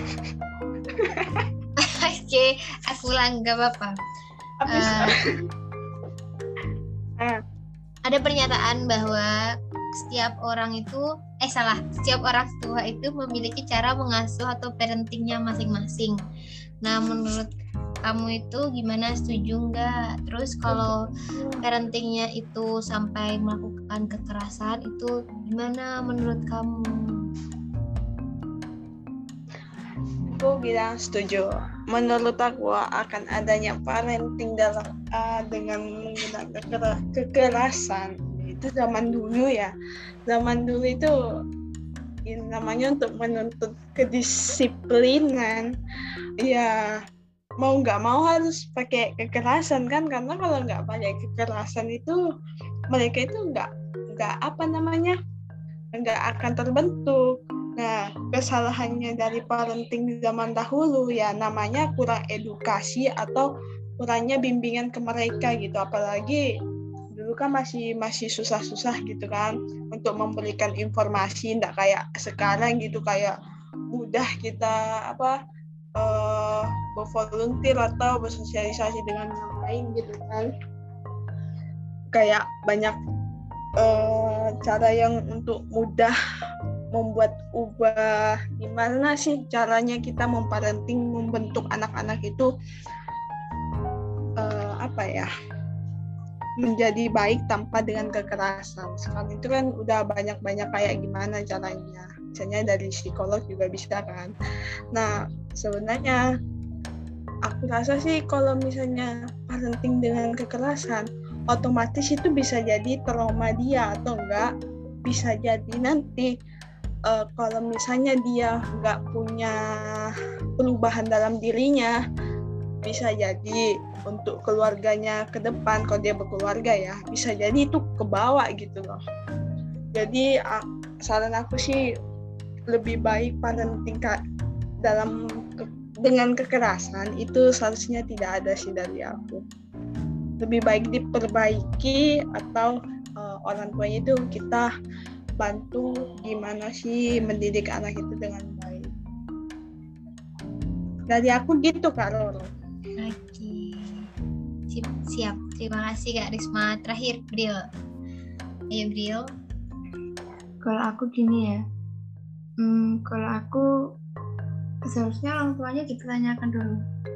Oke, aku ulang, gak apa-apa. Uh, ah. Ada pernyataan bahwa setiap orang itu, eh salah, setiap orang tua itu memiliki cara mengasuh atau parentingnya masing-masing. Nah, menurut kamu itu gimana, setuju nggak? Terus kalau parentingnya itu sampai melakukan kekerasan, itu gimana menurut kamu? Aku bilang setuju. Menurut aku akan adanya parenting dalam uh, dengan menggunakan keker- kekerasan itu zaman dulu ya. Zaman dulu itu ya, namanya untuk menuntut kedisiplinan. Ya mau nggak mau harus pakai kekerasan kan, karena kalau nggak pakai kekerasan itu mereka itu nggak nggak apa namanya nggak akan terbentuk. Nah, kesalahannya dari parenting zaman dahulu ya namanya kurang edukasi atau kurangnya bimbingan ke mereka gitu. Apalagi dulu kan masih masih susah-susah gitu kan untuk memberikan informasi, enggak kayak sekarang gitu, kayak mudah kita apa uh, bervolunteer atau bersosialisasi dengan yang lain gitu kan. Kayak banyak uh, cara yang untuk mudah membuat ubah gimana sih caranya kita memparenting, membentuk anak-anak itu uh, apa ya menjadi baik tanpa dengan kekerasan. Sekarang itu kan udah banyak-banyak kayak gimana caranya, misalnya dari psikolog juga bisa kan. Nah sebenarnya aku rasa sih kalau misalnya parenting dengan kekerasan, otomatis itu bisa jadi trauma dia, atau enggak bisa jadi nanti Uh, kalau misalnya dia nggak punya perubahan dalam dirinya, bisa jadi untuk keluarganya ke depan, kalau dia berkeluarga ya, bisa jadi itu kebawa gitu loh. Jadi uh, saran aku sih lebih baik parenting Kak dalam ke- dengan kekerasan itu seharusnya tidak ada sih dari aku. Lebih baik diperbaiki atau uh, orang tuanya itu kita bantu gimana sih mendidik anak itu dengan baik. Dari aku gitu Kak Roro. Oke. Siap, siap. Terima kasih Kak Risma. Terakhir Bril. Ayo Bril. Kalau aku gini ya, hmm, kalau aku seharusnya orang tuanya ditanyakan dulu,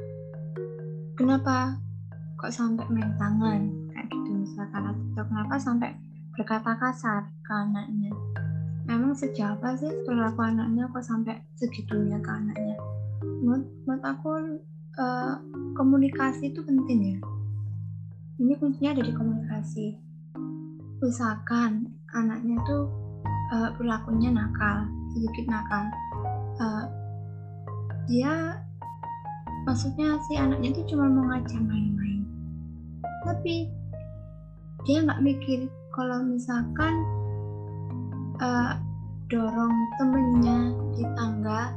kenapa kok sampai main tangan kayak gitu misalkan, atau kenapa sampai berkata kasar ke anaknya. Memang sejak apa sih perilaku anaknya kok sampai segitunya ke anaknya? Menurut, menurut aku uh, komunikasi itu penting ya. Ini kuncinya ada di komunikasi. Misalkan anaknya tuh uh, perilakunya nakal, sedikit nakal. Uh, dia maksudnya si anaknya itu cuma mau ngajak main-main, tapi dia nggak mikir kalau misalkan uh, dorong temennya di tangga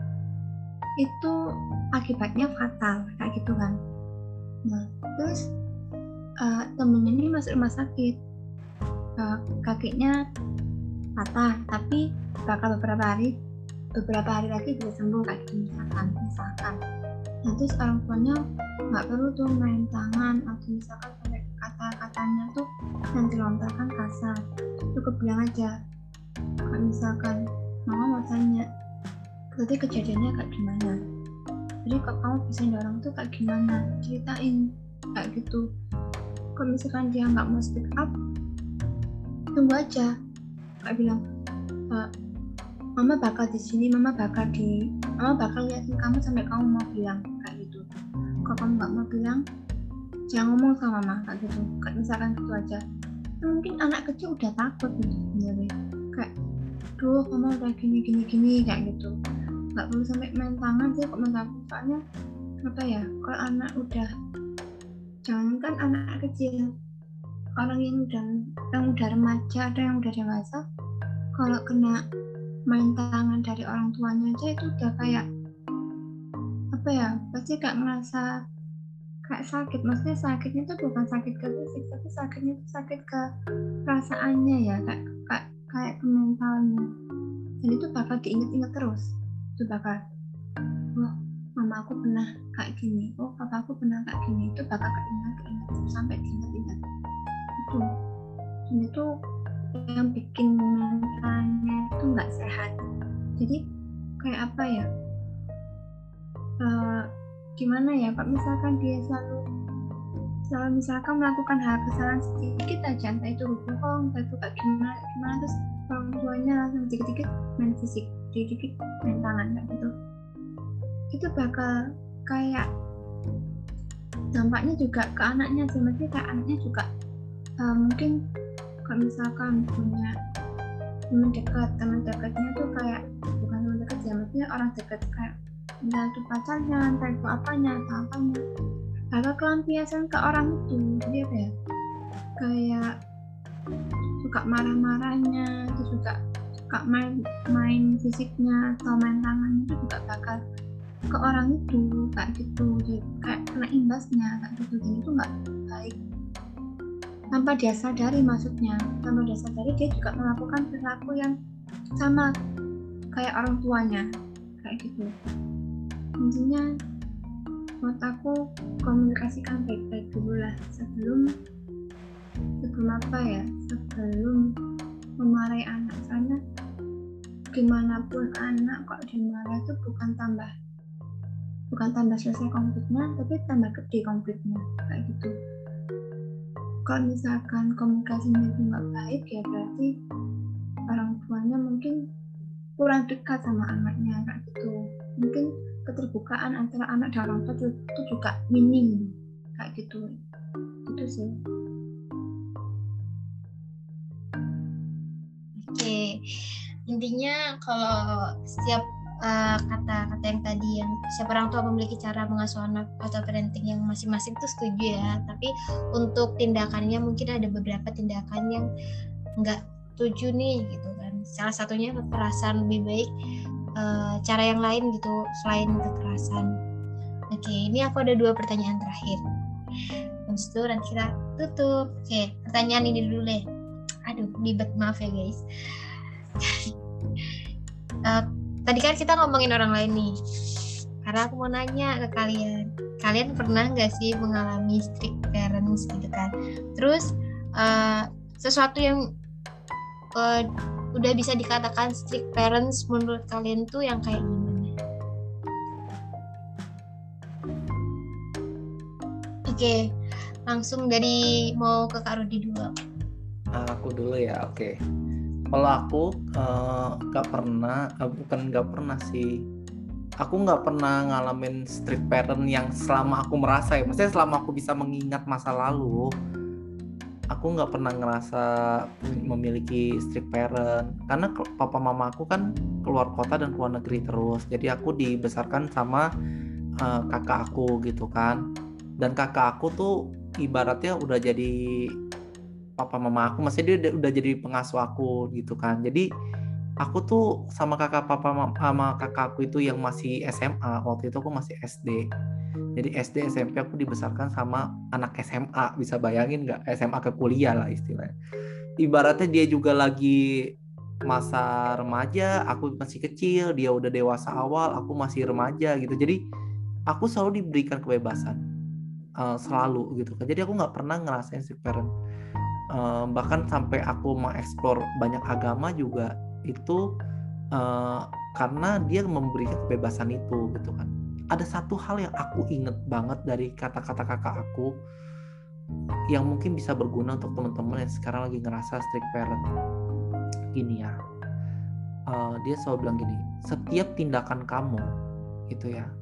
itu akibatnya fatal kayak gitu kan. Nah terus uh, temennya ini masuk rumah sakit, uh, kakinya patah tapi bakal beberapa hari beberapa hari lagi bisa sembuh kayak gitu misalkan misalkan nah terus orang tuanya nggak perlu tuh main tangan atau misalkan sampai kata-katanya tuh yang dilontarkan kasar, cukup bilang aja kayak misalkan mama mau tanya berarti kejadiannya kayak gimana, jadi kok kamu bisa dorong tuh kayak gimana, ceritain kayak gitu. Kalau misalkan dia nggak mau speak up, tunggu aja kayak bilang e, mama bakal di sini, mama bakal di, mama bakal liatin kamu sampai kamu mau bilang kayak gitu. Kalau kamu nggak mau bilang, jangan ngomong sama mama kayak gitu. Kayak misalkan gitu aja. Mungkin anak kecil udah takut gitu sebenarnya. Kayak, duh, mama udah gini gini gini kayak gitu. Nggak perlu sampai main tangan sih kok menurut aku. Soalnya apa ya? Kalau anak udah, jangankan anak kecil, orang yang udah yang udah remaja, ada yang udah dewasa, kalau kena main tangan dari orang tuanya aja itu udah kayak apa ya, pasti kayak merasa kayak sakit. Maksudnya sakitnya itu bukan sakit ke fisik, tapi sakitnya itu sakit ke perasaannya ya, kayak kayak, kayak ke mentalnya. Dan itu bakal diingat-ingat terus. Itu bakal, wah mama aku pernah kayak gini, oh papa aku pernah kayak gini. Itu bakal keingat keingat sampai diingat-ingat. Itu dan itu yang bikin mentalnya itu nggak sehat. Jadi kayak apa ya, uh, gimana ya, Pak, misalkan dia selalu selalu misalkan melakukan hal kesalahan sedikit aja, entah itu bohong, entah itu kayak gimana gimana terus orang tuanya langsung dikit-dikit main fisik, dikit-dikit main tangan kayak gitu, itu bakal kayak dampaknya juga ke anaknya sih. Maksudnya kayak anaknya juga uh, mungkin kalau misalkan punya teman dekat, teman dekatnya tuh kayak bukan teman dekat ya, maksudnya orang dekat kayak entah itu pacarnya, entah itu apanya, atau apanya, bakal kelampiasan ke orang itu. Jadi apa ya, kayak suka marah-marahnya, terus juga suka main main fisiknya atau main tangannya itu juga bakal ke orang itu kayak gitu. Jadi kayak kena imbasnya kayak gitu. Jadi itu nggak baik. Tanpa dia sadari, maksudnya tanpa dia sadari dia juga melakukan perilaku yang sama kayak orang tuanya kayak gitu. Intinya menurut aku komunikasikan baik-baik dulu lah sebelum sebelum apa ya sebelum memarahi anak. Soalnya gimana pun anak kok dimarah itu bukan tambah bukan tambah selesai konfliknya, tapi tambah gede konfliknya kayak gitu. Kalau misalkan komunikasinya itu nggak baik ya berarti orang tuanya mungkin kurang dekat sama anaknya kayak gitu. Mungkin keterbukaan antara anak dan orang tua itu juga minim kayak gitu. Itu sih. Oke, intinya kalau setiap uh, kata-kata yang tadi yang setiap orang tua memiliki cara mengasuh anak atau parenting yang masing-masing itu setuju ya, tapi untuk tindakannya mungkin ada beberapa tindakan yang nggak setuju nih gitu kan. salah satunya kekerasan, lebih baik uh, cara yang lain gitu selain kekerasan. Oke, ini aku ada dua pertanyaan terakhir. Habis itu nanti kita tutup. Oke, pertanyaan ini dulu deh. Aduh, ribet, maaf ya guys. uh, tadi kan kita ngomongin orang lain nih. Karena aku mau nanya ke kalian, kalian pernah nggak sih mengalami strict parents gitu kan? Terus uh, sesuatu yang uh, udah bisa dikatakan strict parents menurut kalian tuh yang kayak gimana? Oke, okay, langsung dari mau ke Kak Rudi dulu. Aku dulu ya, oke. Okay. Kalau aku uh, nggak pernah, uh, bukan nggak pernah sih. Aku nggak pernah ngalamin strict parent yang selama aku merasa ya, maksudnya selama aku bisa mengingat masa lalu, aku nggak pernah ngerasa memiliki strict parent. Karena papa mama aku kan keluar kota dan keluar negeri terus, jadi aku dibesarkan sama uh, kakak aku gitu kan. Dan kakak aku tuh ibaratnya udah jadi papa mama aku, maksudnya dia udah, udah jadi pengasuh aku gitu kan. Jadi aku tuh sama kakak papa sama kakak aku itu yang masih S M A, waktu itu aku masih S D. Jadi S D S M P aku dibesarkan sama anak S M A, bisa bayangin nggak? S M A ke kuliah lah istilahnya. Ibaratnya dia juga lagi masa remaja, aku masih kecil, dia udah dewasa awal, aku masih remaja gitu. Jadi aku selalu diberikan kebebasan uh, selalu gitu kan. Jadi aku nggak pernah ngerasain strict parent. Uh, bahkan sampai aku mengeksplor banyak agama juga itu uh, karena dia memberikan kebebasan itu gitu kan. Ada satu hal yang aku inget banget dari kata-kata kakak aku yang mungkin bisa berguna untuk teman-teman yang sekarang lagi ngerasa strict parent. Gini ya, uh, dia selalu bilang gini, setiap tindakan kamu gitu ya,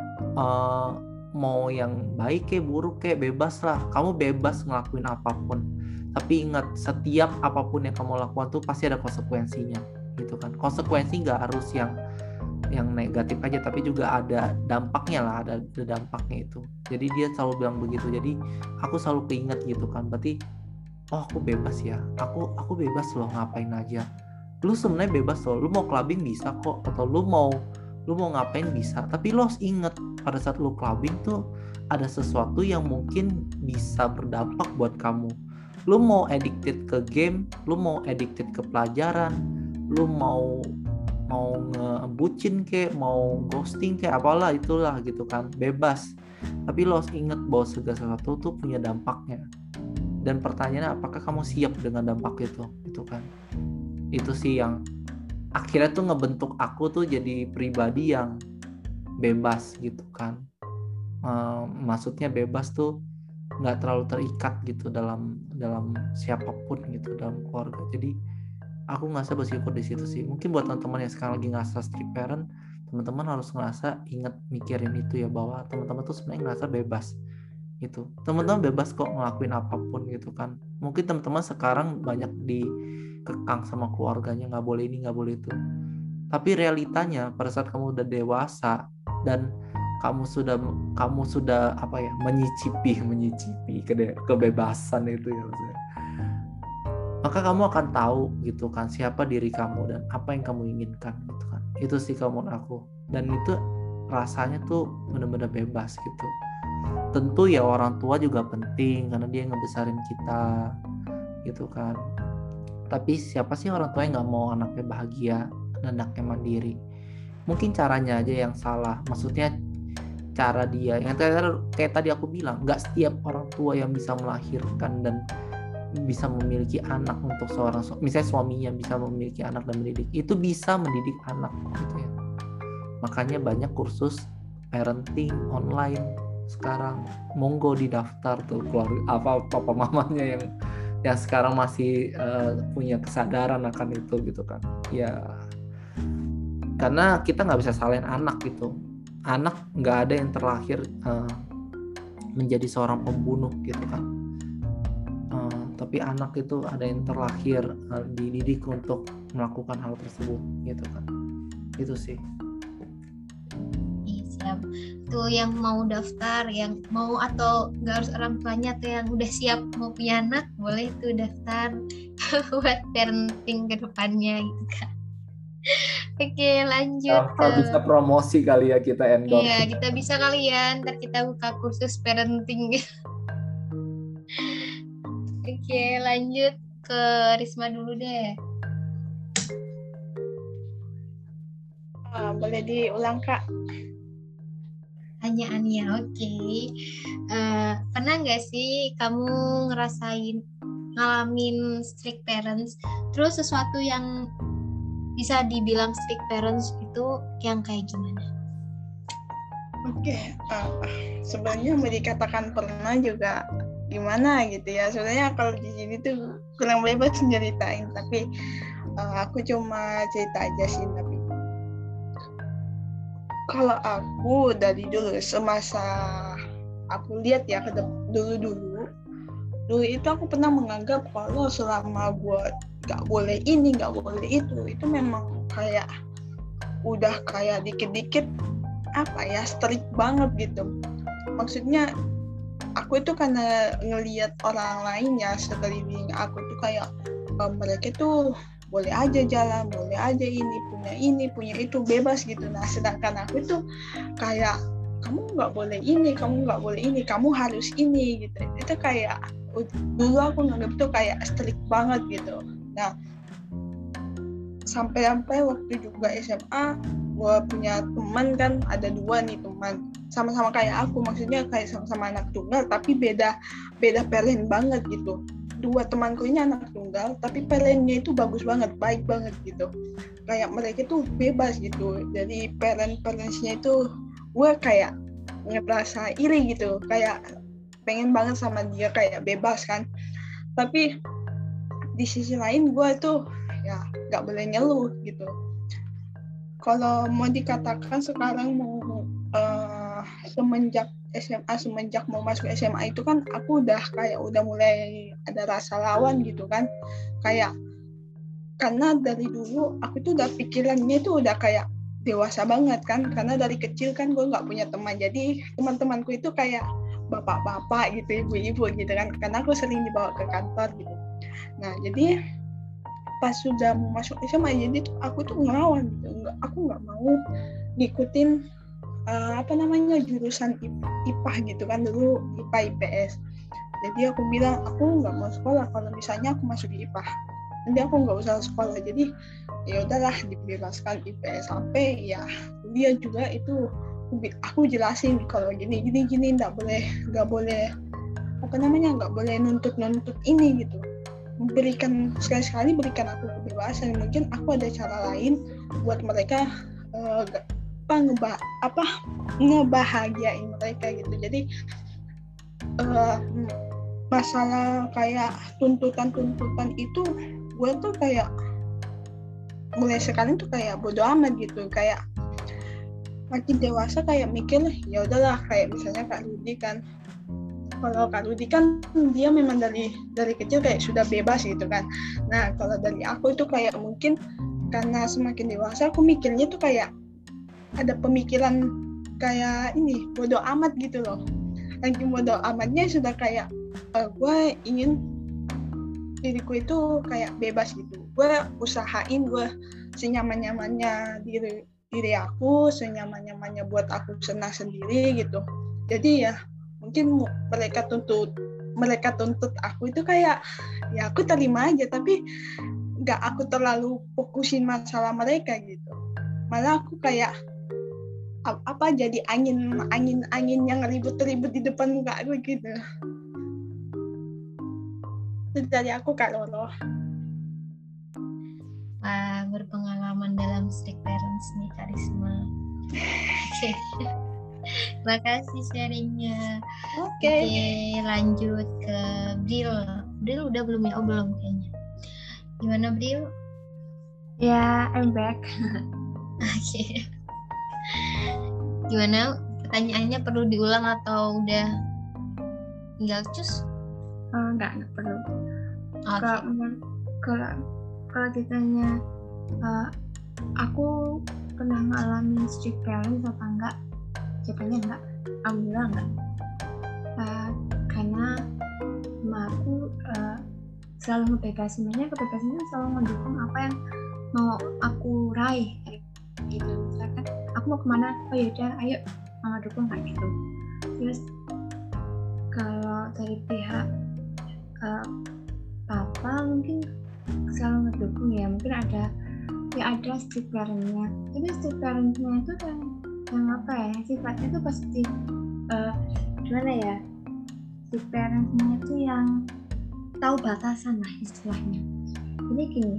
uh, mau yang baik kayak buruk kayak bebas lah, kamu bebas ngelakuin apapun. Tapi ingat, setiap apapun yang kamu lakukan tuh pasti ada konsekuensinya gitu kan. Konsekuensi nggak harus yang yang negatif aja, tapi juga ada dampaknya lah, ada, ada dampaknya itu. Jadi dia selalu bilang begitu. Jadi aku selalu keinget gitu kan. Berarti oh aku bebas ya. Aku aku bebas loh ngapain aja. Lu sebenarnya bebas loh. Lu mau clubbing bisa kok, atau lu mau lu mau ngapain bisa. Tapi lo harus inget pada saat lu clubbing tuh ada sesuatu yang mungkin bisa berdampak buat kamu. Lu mau addicted ke game, lu mau addicted ke pelajaran, lu mau mau ngebucin kek, mau ghosting kek, apalah itulah gitu kan, bebas. Tapi lo harus inget bahwa segala sesuatu tuh punya dampaknya. Dan pertanyaannya, apakah kamu siap dengan dampak itu, gitu kan? Itu sih yang akhirnya tuh ngebentuk aku tuh jadi pribadi yang bebas gitu kan. Ehm, maksudnya bebas tuh nggak terlalu terikat gitu dalam dalam siapapun gitu dalam keluarga. Jadi aku ngerasa bersyukur di situ sih. Mungkin buat teman-teman yang sekarang lagi ngerasa strict parent, teman-teman harus ngerasa inget mikirin itu ya, bahwa teman-teman tuh sebenarnya ngerasa bebas gitu. Teman-teman bebas kok ngelakuin apapun gitu kan. Mungkin teman-teman sekarang banyak dikekang sama keluarganya, nggak boleh ini nggak boleh itu. Tapi realitanya pada saat kamu udah dewasa dan kamu sudah kamu sudah apa ya menyicipi menyicipi ke kebebasan itu ya maksudnya, maka kamu akan tahu gitu kan siapa diri kamu dan apa yang kamu inginkan gitu kan. Itu sih kamu aku, dan itu rasanya tuh benar-benar bebas gitu. Tentu ya orang tua juga penting karena dia ngebesarin kita gitu kan. Tapi siapa sih orang tua yang nggak mau anaknya bahagia dan anaknya mandiri? Mungkin caranya aja yang salah, maksudnya cara dia yang kayak, kayak tadi aku bilang, nggak setiap orang tua yang bisa melahirkan dan bisa memiliki anak untuk seorang, misalnya suaminya bisa memiliki anak dan mendidik, itu bisa mendidik anak gitu ya. Makanya banyak kursus parenting online sekarang, monggo didaftar tuh keluarga apa papa mamanya yang yang sekarang masih uh, punya kesadaran akan itu gitu kan ya. Karena kita nggak bisa salahin anak gitu. Anak nggak ada yang terlahir uh, menjadi seorang pembunuh gitu kan. Uh, tapi anak itu ada yang terlahir uh, dididik untuk melakukan hal tersebut gitu kan. Itu sih. Iya sih. ya. Tuh yang mau daftar, yang mau atau nggak harus orang tuanya, tuh yang udah siap mau punya anak, boleh tuh daftar buat parenting ke depannya gitu kan. Oke, lanjut Daftar ke bisa promosi kali ya, kita endorse. iya, kita bisa kalian, ntar kita buka kursus parenting. Oke, lanjut ke Risma dulu deh. Ah, boleh diulang Kak? Pertanyaannya, oke. Eh, pernah nggak sih kamu ngerasain ngalamin strict parents, terus sesuatu yang bisa dibilang strict parents itu yang kayak gimana? Oke, ah, sebenarnya mau dikatakan pernah juga gimana gitu ya. Sebenarnya kalau di sini tuh kurang bebas ceritain, tapi ah, aku cuma cerita aja sih. Tapi kalau aku dari dulu semasa aku lihat ya ke dulu dulu dulu itu aku pernah menganggap kalau selama gue nggak boleh ini nggak boleh itu itu memang kayak udah kayak dikit-dikit apa ya strict banget gitu. Maksudnya aku itu karena ngelihat orang lain ya sekeliling aku tuh kayak uh, mereka tuh boleh aja jalan, boleh aja ini, punya ini, punya itu, bebas gitu. Nah, sedangkan aku tuh kayak, kamu nggak boleh ini, kamu nggak boleh ini, kamu harus ini, gitu. Itu kayak, dulu aku nganggap itu kayak strict banget gitu. Nah, sampai-sampai waktu juga S M A, gue punya teman kan, ada dua nih teman. Sama-sama kayak aku, maksudnya kayak sama-sama anak tunggal, tapi beda beda parent banget gitu. Dua temanku ini anak tunggal, tapi parentnya itu bagus banget, baik banget gitu. Kayak mereka tuh bebas gitu. Jadi parent-parentsnya itu gue kayak ngerasa iri gitu, kayak pengen banget sama dia kayak bebas kan. Tapi di sisi lain gue tuh ya nggak boleh ngeluh gitu. Kalau mau dikatakan sekarang mau uh, semenjak S M A, semenjak mau masuk S M A itu kan aku udah kayak udah mulai ada rasa lawan gitu kan, kayak karena dari dulu aku tuh udah pikirannya itu udah kayak dewasa banget kan, karena dari kecil kan gue nggak punya teman, jadi teman-temanku itu kayak bapak-bapak gitu, ibu-ibu gitu kan, karena aku sering dibawa ke kantor gitu. Nah jadi pas sudah mau masuk S M A jadi tuh aku tuh ngelawan gitu, nggak, aku nggak mau ngikutin Uh, apa namanya jurusan I P A gitu kan, dulu I P A I P S. Jadi aku bilang aku nggak mau sekolah, kalau misalnya aku masuk I P A nanti aku nggak usah sekolah. Jadi ya udahlah dibebaskan I P S sampai ya kuliah juga itu aku jelasin kalau gini gini gini nggak boleh nggak boleh apa namanya nggak boleh nuntut nuntut ini gitu. Berikan sekali-sekali berikan aku kebebasan, mungkin aku ada cara lain buat mereka uh, apa ngebah apa ngebahagiain mereka gitu. Jadi uh, masalah kayak tuntutan-tuntutan itu gue tuh kayak mulai sekarang tuh kayak bodo amat gitu, kayak makin dewasa kayak mikir ya udahlah, kayak misalnya Kak Rudi kan, kalau Kak Rudi kan dia memang dari dari kecil kayak sudah bebas gitu kan. Nah kalau dari aku itu kayak mungkin karena semakin dewasa aku mikirnya tuh kayak ada pemikiran kayak ini bodoh amat gitu loh. Lagi bodoh amatnya sudah kayak uh, gue ingin diriku itu kayak bebas gitu. Gue usahain gue senyaman-nyamannya diri diri aku, senyaman-nyamannya buat aku senang sendiri gitu. Jadi ya mungkin mereka tuntut mereka tuntut aku itu kayak ya aku terima aja, tapi nggak aku terlalu fokusin masalah mereka gitu. Malah aku kayak apa jadi angin angin angin yang ribut-ribut di depan muka aku gitu. Itu dari aku Kak Lolo. Wah, berpengalaman dalam strict parents nih Kak Risma. Oke. Terima kasih sharingnya. Oke. Okay. Oke, lanjut ke Bril. Bril udah belum ya? Oh belum kayaknya. Gimana Bril? Ya, I'm back. Oke. Okay. Gimana? Pertanyaannya perlu diulang atau udah tinggal cus? Oh, enggak, enggak perlu. Okay. Kalau kalau kalau ditanya uh, aku pernah ngalamin strict parents apa enggak? jawabannya enggak, alhamdulillah enggak. Uh, karena sama aku uh, selalu ngebebasin, sebenarnya kebebasannya selalu mendukung apa yang mau aku raih gitu. Misalkan aku mau kemana, oh yaudah ayo mama dukung kayak gitu. Terus kalau dari pihak uh, papa mungkin selalu ngedukung ya, mungkin ada ya ada strict parent-nya, tapi strict parent-nya itu yang yang apa ya, sifatnya itu pasti uh, gimana ya, strict parent-nya itu yang tahu batasan lah istilahnya. Jadi gini,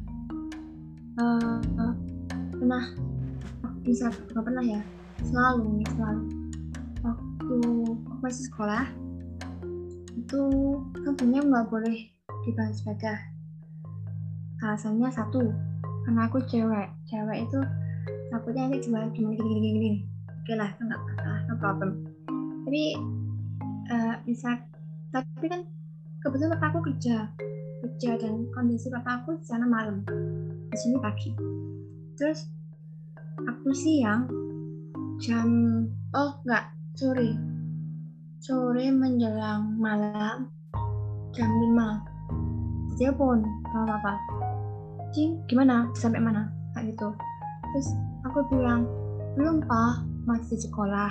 uh, uh, pernah bisa nggak pernah ya, selalu nih selalu waktu aku masih sekolah itu kan sebenarnya nggak boleh dibahas sepeda. Alasannya satu, karena aku cewek, cewek itu takutnya nanti cuma cuma gini gini gini. Oke lah, itu nggak masalah, no problem. Tapi uh, bisa, tapi kan kebetulan papa aku kerja, kerja dan kondisi papa aku di sana malam, di sini pagi. Terus aku siang jam oh nggak sore sore menjelang malam jam lima telepon sama papa, Cing gimana sampai mana kayak gitu. Terus aku bilang belum pak, masih di sekolah,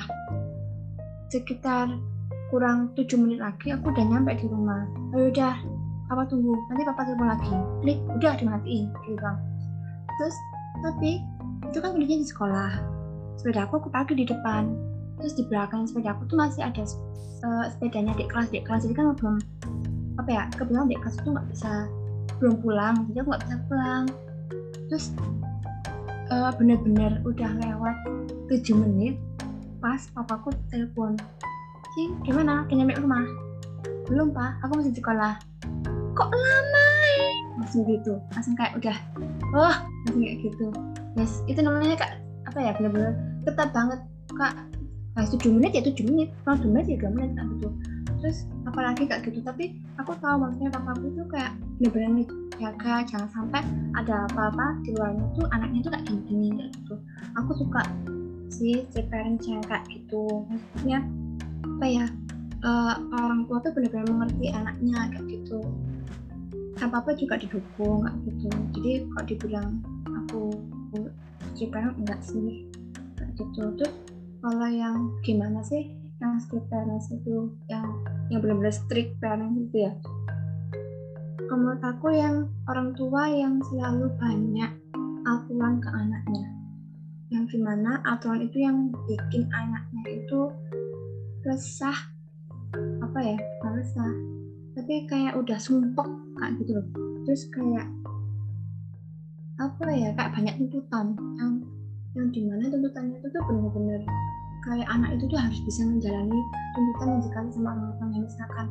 sekitar kurang tujuh menit lagi aku udah nyampe di rumah. Oh udah papa tunggu, nanti papa telepon lagi, klik udah dimatiin gitu bang. Terus tapi itu kan kondisinya di sekolah, sepeda aku aku pakai di depan, terus di belakang sepeda aku tuh masih ada uh, sepedanya adik kelas adik kelas jadi kan belum apa ya, kebetulan adik kelas itu nggak bisa belum pulang, jadi aku nggak bisa pulang. Terus uh, bener-bener udah lewat tujuh menit pas papaku telepon, Cing gimana udah nyampe rumah? Belum pak, aku masih di sekolah. Kok lama ya? Langsung gitu, langsung kayak udah oh langsung kayak gitu. Yes, itu namanya kak apa ya, benar-benar ketat banget kak. Nah, tujuh menit ya tujuh menit, kalau dua menit ya dua menit kayak gitu. Terus apalagi kayak gitu, tapi aku tahu maksudnya papaku tuh kayak benar-benar jaga jangan sampai ada apa-apa di luarnya tuh anaknya tuh kayak gini-gini kayak gitu. Aku suka sih strict parent yang kayak gitu, maksudnya apa ya, uh, orang tua tuh benar-benar mengerti anaknya kayak gitu. Apa-apa juga didukung kayak gitu. Jadi kalau dibilang aku strict parent enggak sih kayak gitu. Terus kalau yang gimana sih yang strict parents itu, yang yang benar-benar strict parents itu ya, menurut aku yang orang tua yang selalu banyak aturan ke anaknya, yang gimana aturan itu yang bikin anaknya itu resah, apa ya, nggak resah tapi kayak udah sumpek kayak gitu loh. Terus kayak apa ya, kayak banyak tuntutan yang yang dimana tuntutannya itu tuh benar-benar kayak anak itu tuh harus bisa menjalani tuntutan yang dikasih sama orang tuanya. Misalkan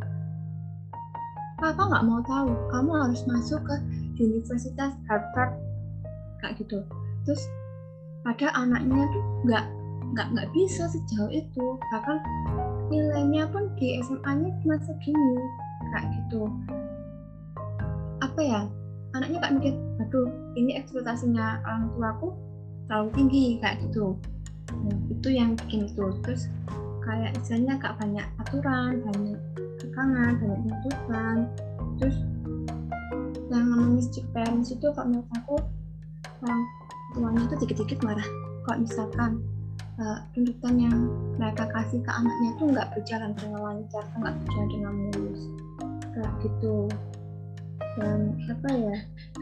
papa nggak mau tahu kamu harus masuk ke Universitas Harvard kayak gitu, terus padahal anaknya tuh nggak nggak nggak bisa sejauh itu, bahkan nilainya pun di S M A-nya cuma segini kayak gitu. Apa ya, anaknya kayak mikir, aduh ini ekspektasinya orang tuaku terlalu tinggi kayak gitu. Nah, itu yang bikin itu. Terus kayak istilahnya gak banyak aturan, banyak kekangan, banyak tuntutan. Terus yang namanya strict parents itu kalau menurut aku orang tuanya itu dikit-dikit marah kalau misalkan uh, tuntutan yang mereka kasih ke anaknya itu nggak berjalan dengan lancar, nggak berjalan dengan mulus kayak gitu. Dan apa ya,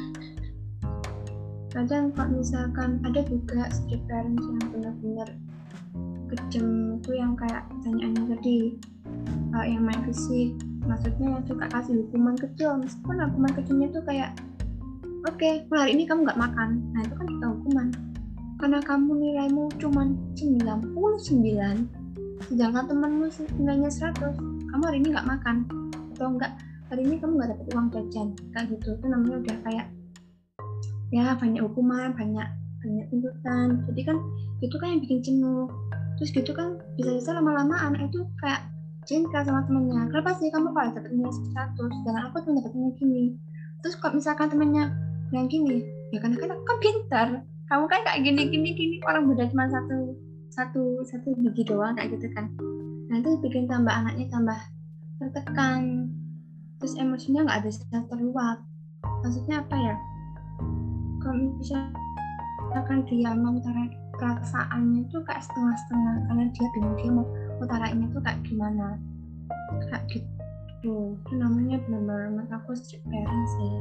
kadang kalau misalkan ada juga strict parents yang benar-benar kejam itu, yang kayak pertanyaannya tadi uh, yang main fisik, maksudnya yang suka kasih hukuman kecil, meskipun hukuman kecilnya tuh kayak oke, okay, hari ini kamu nggak makan, nah itu kan kita hukuman karena kamu nilaimu cuma sembilan puluh sembilan sedangkan temanmu nilainya seratus, kamu hari ini nggak makan, atau enggak hari ini kamu nggak dapat uang jajan kayak gitu. Itu namanya udah kayak ya banyak hukuman, banyak banyak tuntutan. Jadi kan itu kan yang bikin jenuh. Terus gitu kan bisa-bisa lama-lama anak itu kayak jengkel sama temennya, kenapa sih kamu kalau dapat nilai seratus sedangkan aku cuma dapat nilai gini. Terus kalau misalkan temennya bilang gini, ya karena kan aku kan pintar, kamu kan kayak gini gini gini, orang beda cuma satu satu satu gigi doang kayak gitu kan. Nah itu bikin tambah anaknya tambah tertekan, terus emosinya nggak bisa terluap. Maksudnya apa ya, kalau misalkan dia mengutara perasaannya tuh kayak setengah-setengah karena dia bingung dia mau utarainnya tuh kayak gimana, kayak gitu. Itu namanya benar-benar menurut aku strict parent sih.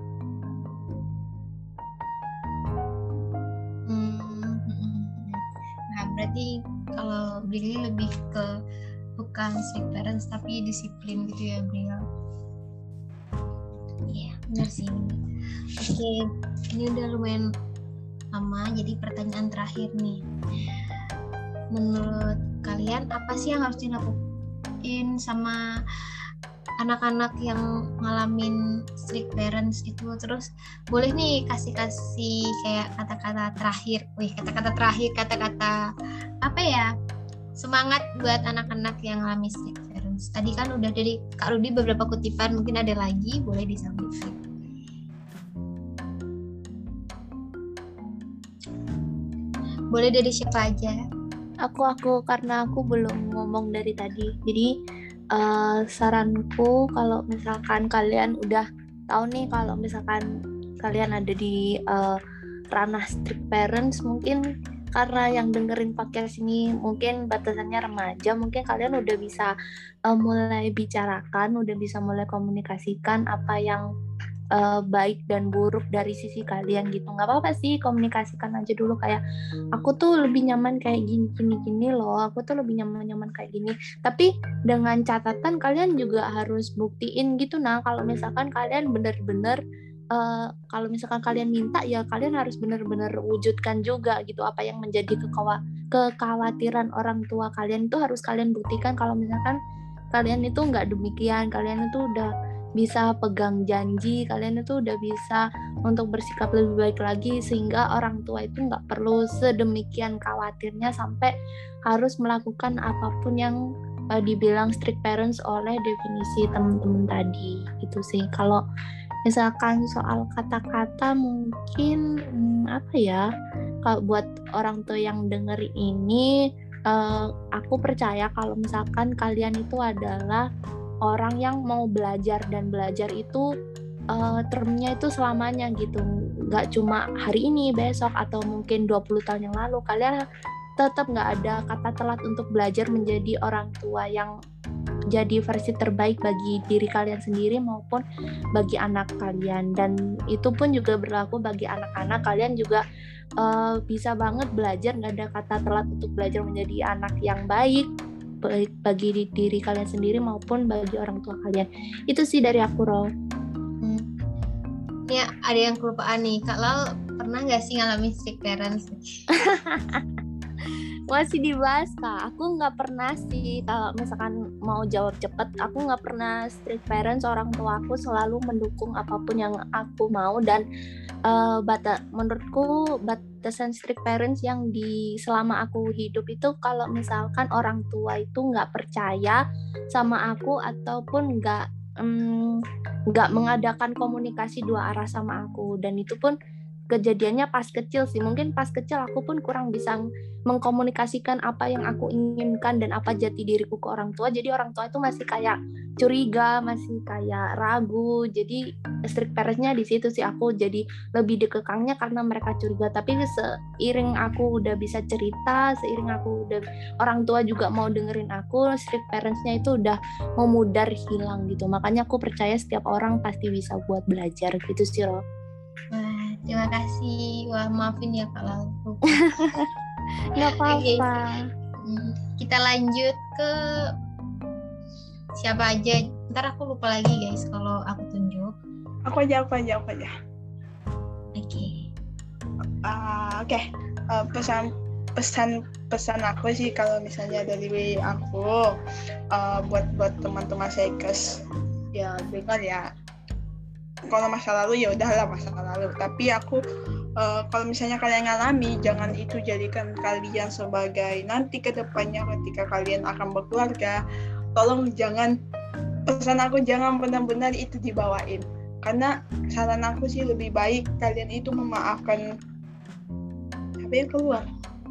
Hmm, nah berarti kalau Brili lebih ke bukan strict parents tapi disiplin gitu ya Bril. Iya benar sih. Oke, ini udah lumayan lama, jadi pertanyaan terakhir nih. Menurut kalian apa sih yang harus dilakuin sama anak-anak yang ngalamin strict parents itu? Terus boleh nih kasih-kasih kayak kata-kata terakhir, wih kata-kata terakhir, kata-kata apa ya, semangat buat anak-anak yang ngalamin strict parents. Tadi kan udah dari Kak Rudi beberapa kutipan, mungkin ada lagi, boleh disampaikan. Boleh dari siapa aja? Aku aku karena aku belum ngomong dari tadi. Jadi uh, saranku kalau misalkan kalian udah tahu nih kalau misalkan kalian ada di uh, ranah strict parents, mungkin karena yang dengerin podcast ini mungkin batasannya remaja, mungkin kalian udah bisa uh, mulai bicarakan, udah bisa mulai komunikasikan apa yang Uh, baik dan buruk dari sisi kalian gitu. Nggak apa-apa sih, komunikasikan aja dulu kayak aku tuh lebih nyaman kayak gini gini gini loh, aku tuh lebih nyaman nyaman kayak gini. Tapi dengan catatan kalian juga harus buktiin gitu. Nah kalau misalkan kalian benar-benar uh, kalau misalkan kalian minta ya kalian harus benar-benar wujudkan juga gitu apa yang menjadi kekawa- kekhawatiran orang tua kalian itu harus kalian buktikan. Kalau misalkan kalian itu nggak demikian, kalian itu udah bisa pegang janji, kalian itu udah bisa untuk bersikap lebih baik lagi sehingga orang tua itu nggak perlu sedemikian khawatirnya sampai harus melakukan apapun yang uh, dibilang strict parents oleh definisi teman-teman tadi gitu sih. Kalau misalkan soal kata-kata mungkin hmm, apa ya, kalau buat orang tua yang denger ini uh, aku percaya kalau misalkan kalian itu adalah orang yang mau belajar dan belajar itu uh, termnya itu selamanya gitu, nggak cuma hari ini, besok, atau mungkin dua puluh tahun yang lalu. Kalian tetap nggak ada kata telat untuk belajar menjadi orang tua yang jadi versi terbaik bagi diri kalian sendiri maupun bagi anak kalian. Dan itu pun juga berlaku bagi anak-anak. Kalian juga uh, bisa banget belajar, nggak ada kata telat untuk belajar menjadi anak yang baik baik bagi diri kalian sendiri maupun bagi orang tua kalian. Itu sih dari aku, Ro. Hmm. Ya, ada yang kelupaan nih. Kak Lal pernah nggak sih ngalamin strict parents? Masih dibahas, Kak. Aku nggak pernah sih, kalau misalkan mau jawab cepet, aku nggak pernah strict parents. Orang tua aku selalu mendukung apapun yang aku mau. Dan uh, bata, menurutku batasan strict parents yang di selama aku hidup itu kalau misalkan orang tua itu nggak percaya sama aku ataupun nggak nggak um, mengadakan komunikasi dua arah sama aku. Dan itu pun kejadiannya pas kecil sih. Mungkin pas kecil aku pun kurang bisa mengkomunikasikan apa yang aku inginkan dan apa jati diriku ke orang tua. Jadi orang tua itu masih kayak curiga, masih kayak ragu. Jadi strict parents-nya di situ sih, aku jadi lebih dikekangnya karena mereka curiga. Tapi seiring aku udah bisa cerita, seiring aku udah orang tua juga mau dengerin aku, strict parents-nya itu udah memudar, hilang gitu. Makanya aku percaya setiap orang pasti bisa buat belajar gitu sih, Ro. Wah, terima kasih. Wah, maafin ya Kak Lal. Nggak apa-apa. Hmm, kita lanjut ke siapa aja. Ntar aku lupa lagi guys kalau aku tunjuk. Aku aja, aku aja, aku aja. Oke. Okay. Uh, Oke, okay. uh, pesan pesan pesan aku sih kalau misalnya dari aku uh, buat buat teman-teman Saikes ya dengar ya. Kalau masa lalu ya udahlah masa lalu. Tapi aku uh, kalau misalnya kalian ngalami, jangan itu jadikan kalian sebagai nanti ke depannya ketika kalian akan berkeluarga. Tolong jangan, pesan aku jangan benar-benar itu dibawain. Karena saran aku sih lebih baik kalian itu memaafkan apa yang keluar.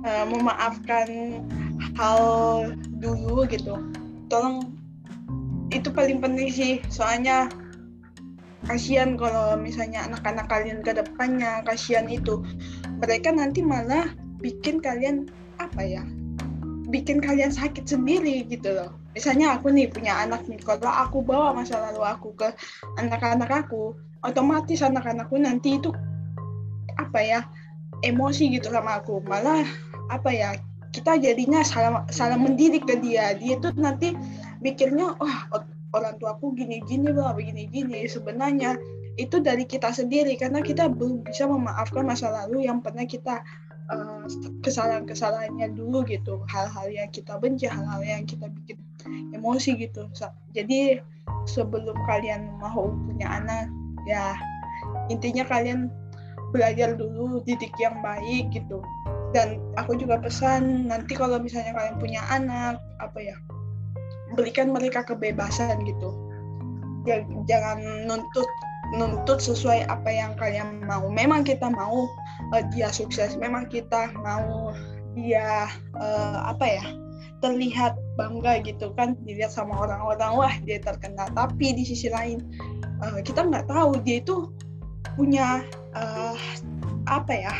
uh, memaafkan hal dulu gitu. Tolong, itu paling penting sih, soalnya kasihan kalau misalnya anak-anak kalian ke depannya, kasihan itu mereka nanti malah bikin kalian apa ya, bikin kalian sakit sendiri gitu loh. Misalnya aku nih punya anak nih, kalau aku bawa masa lalu aku ke anak-anak aku, otomatis anak-anakku nanti itu apa ya, emosi gitu sama aku, malah apa ya, kita jadinya salah salah mendidik ke dia. Dia tuh nanti mikirnya, wah oh, orang tuaku gini-gini lah, begini-gini. Sebenarnya itu dari kita sendiri, karena kita belum bisa memaafkan masa lalu yang pernah kita uh, kesalahan-kesalahannya dulu gitu, hal-hal yang kita benci, hal-hal yang kita bikin emosi gitu. Jadi sebelum kalian mau punya anak, ya intinya kalian belajar dulu didik yang baik gitu. Dan aku juga pesan, nanti kalau misalnya kalian punya anak, apa ya, berikan mereka kebebasan gitu. Jangan nuntut nuntut sesuai apa yang kalian mau. Memang kita mau uh, dia sukses, memang kita mau dia uh, apa ya, terlihat bangga gitu kan, dilihat sama orang-orang, wah dia terkenal. Tapi di sisi lain uh, kita nggak tahu dia itu punya uh, apa ya,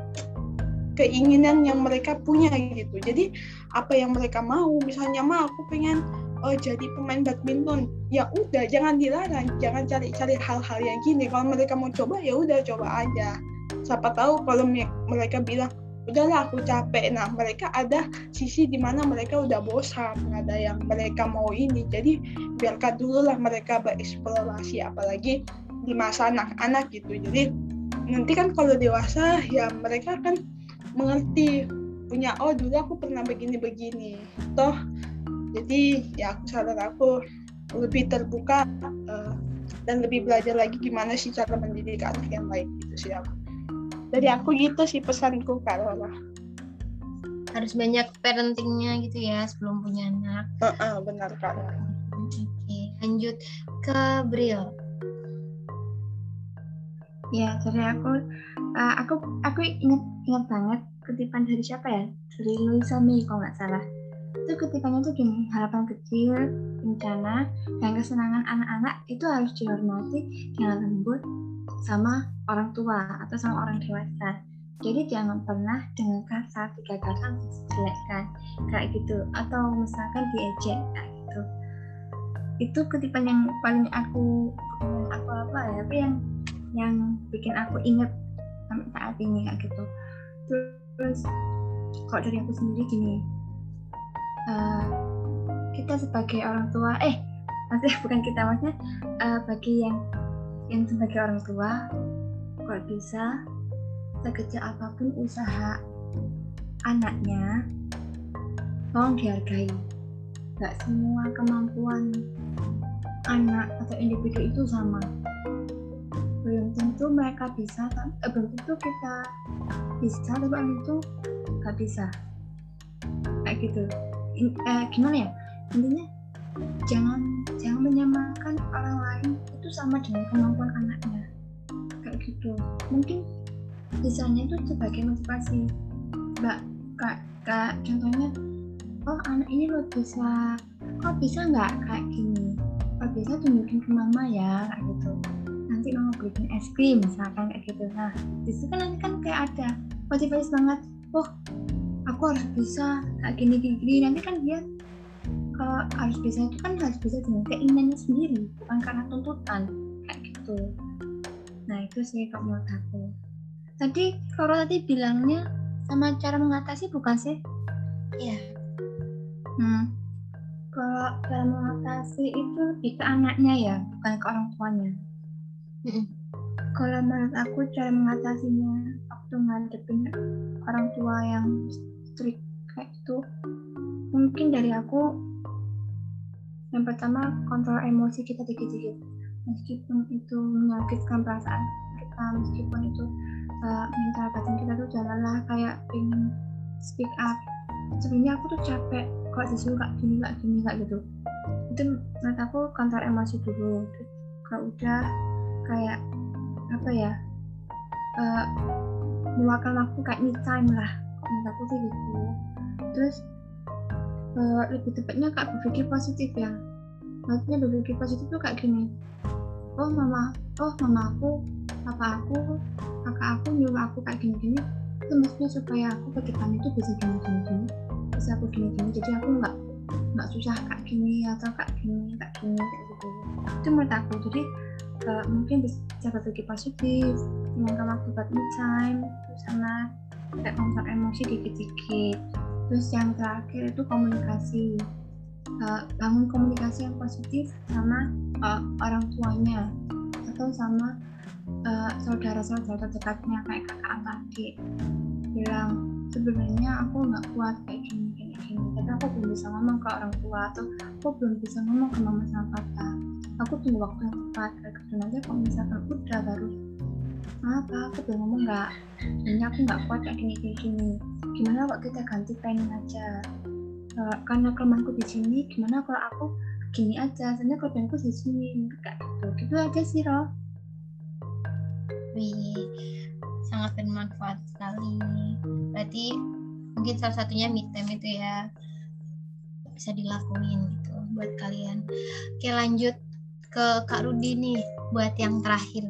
keinginan yang mereka punya gitu. Jadi apa yang mereka mau, misalnya mah aku pengen oh jadi pemain badminton, ya udah jangan dilarang, jangan cari-cari hal-hal yang gini. Kalau mereka mau coba ya udah coba aja. Siapa tahu kalau mereka bilang udahlah aku capek, nah mereka ada sisi di mana mereka udah bosan, ada yang mereka mau ini. Jadi biarkan dulu lah mereka bereksplorasi, apalagi di masa anak-anak gitu. Jadi nanti kan kalau dewasa ya mereka kan mengerti, punya oh dulu aku pernah begini-begini toh. Jadi ya aku saran aku lebih terbuka uh, dan lebih belajar lagi gimana sih cara mendidik anak yang baik gitu sih aku. Dari aku gitu sih pesanku Kak Lola. Harus banyak parentingnya gitu ya sebelum punya anak. Uh-uh, benar Kak Lola. Oke, lanjut ke Bril. Ya, jadi aku uh, aku aku ingat ingat banget kutipan dari siapa ya? Dari Louisa May kalau nggak salah. Itu kutipannya tuh gini, harapan kecil, bencana, dan kesenangan anak-anak itu harus dihormati dengan lembut sama orang tua atau sama orang dewasa. Jadi jangan pernah dengan kasar dikatakan jelekkan kayak gitu, atau misalkan diejek kayak gitu. Itu kutipan yang paling aku aku apa ya, tapi yang yang bikin aku inget sampai saat ini kayak gitu. Terus kok dari aku sendiri gini, uh, kita sebagai orang tua, eh maksudnya bukan kita, maksudnya uh, bagi yang yang sebagai orang tua, kok bisa sekecil apapun usaha anaknya tolong dihargai. Gak semua kemampuan anak atau individu itu sama. Belum tentu mereka bisa, eh, belum tentu kita bisa, tapi belum tentu gak bisa. Kayak gitu. In, eh, gimana ya? Intinya jangan jangan menyamakan orang lain itu sama dengan kemampuan anaknya. Kayak gitu. Mungkin misalnya itu sebagai motivasi. Mbak, kak, kak, contohnya, oh anak ini lo bisa, kok bisa nggak kayak gini? Kok bisa tunjukin ke mama ya, kayak gitu. Nanti mama beliin es krim misalkan kayak gitu. Nah disitu kan nanti kan kayak ada motivasi banget, oh aku harus bisa kayak gini gini. Nanti kan dia kalau harus bisa itu kan harus bisa dengan keinginannya sendiri, bukan karena tuntutan kayak gitu. Nah itu sih kalau menurut aku. Tadi Roro tadi bilangnya sama cara mengatasi bukan sih? Iya. Hmm. Kalau cara mengatasi itu lebih ke anaknya ya, bukan ke orang tuanya. Mm-mm. Kalau menurut aku cara mengatasinya waktu ngadepin orang tua yang strict kayak itu, mungkin dari aku yang pertama kontrol emosi kita dikit-dikit, meskipun itu menyakitkan perasaan kita, meskipun itu uh, mental batin kita tuh jalanlah kayak pengen speak up, sebenarnya aku tuh capek kalau disuruh gak gini gak gini gak gitu. Itu menurut aku kontrol emosi dulu. Kalau udah kayak apa ya, uh, meluangkan waktu kayak me time lah. menurut aku sih gitu. Terus uh, lebih tepatnya kak berpikir positif ya, maksudnya berpikir positif tuh kayak gini, oh mama oh mama aku, papa aku, kakak aku nyuruh aku kayak gini-gini, itu maksudnya supaya aku ke depan itu bisa gini-gini, bisa aku gini-gini, jadi aku nggak nggak susah kayak gini atau kayak gini kayak gini kayak gitu. Itu menurut aku. Jadi uh, mungkin bisa berpikir positif, menggunakan waktu buat me time, terus sama kayak kontrol emosi dikit-dikit. Terus yang terakhir itu komunikasi, uh, bangun komunikasi yang positif sama uh, orang tuanya atau sama uh, saudara-saudara dekatnya kayak kakak atau adik. Bilang sebenarnya aku nggak kuat kayak gini gini gini, tapi aku belum bisa ngomong ke orang tua atau aku belum bisa ngomong ke mama sama papa. Aku tunggu waktu yang tepat kayak gitu. Nanti kalau misalkan udah baru apa aku belum ngomong nggak, ini aku nggak kuat kayak gini gini gini. Gimana kalau kita ganti planning aja? Uh, karena kelemahanku di sini, gimana kalau aku gini aja? Soalnya kelebihanku di sini, kayak gitu. Gitu aja sih, Roh. Wih, sangat bermanfaat sekali. Berarti mungkin salah satunya me time itu ya bisa dilakuin gitu buat kalian. Oke, lanjut ke Kak Rudi nih buat yang terakhir.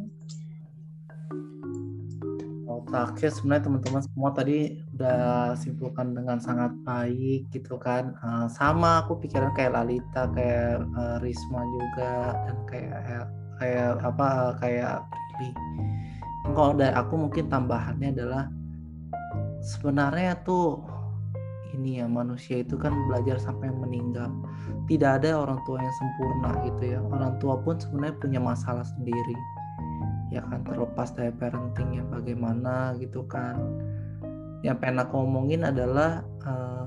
Oh, terakhir sebenarnya teman-teman semua tadi udah simpulkan dengan sangat baik gitu kan. Uh, sama aku pikiran kayak Lalita, kayak uh, Risma juga, dan kayak kayak apa kayak Prilly. Kalau dari aku mungkin tambahannya adalah sebenarnya tuh ini ya, manusia itu kan belajar sampai meninggal. Tidak ada orang tua yang sempurna gitu ya. Orang tua pun sebenarnya punya masalah sendiri. Ya kan, terlepas dari parentingnya bagaimana gitu kan. Yang pengen aku ngomongin adalah uh,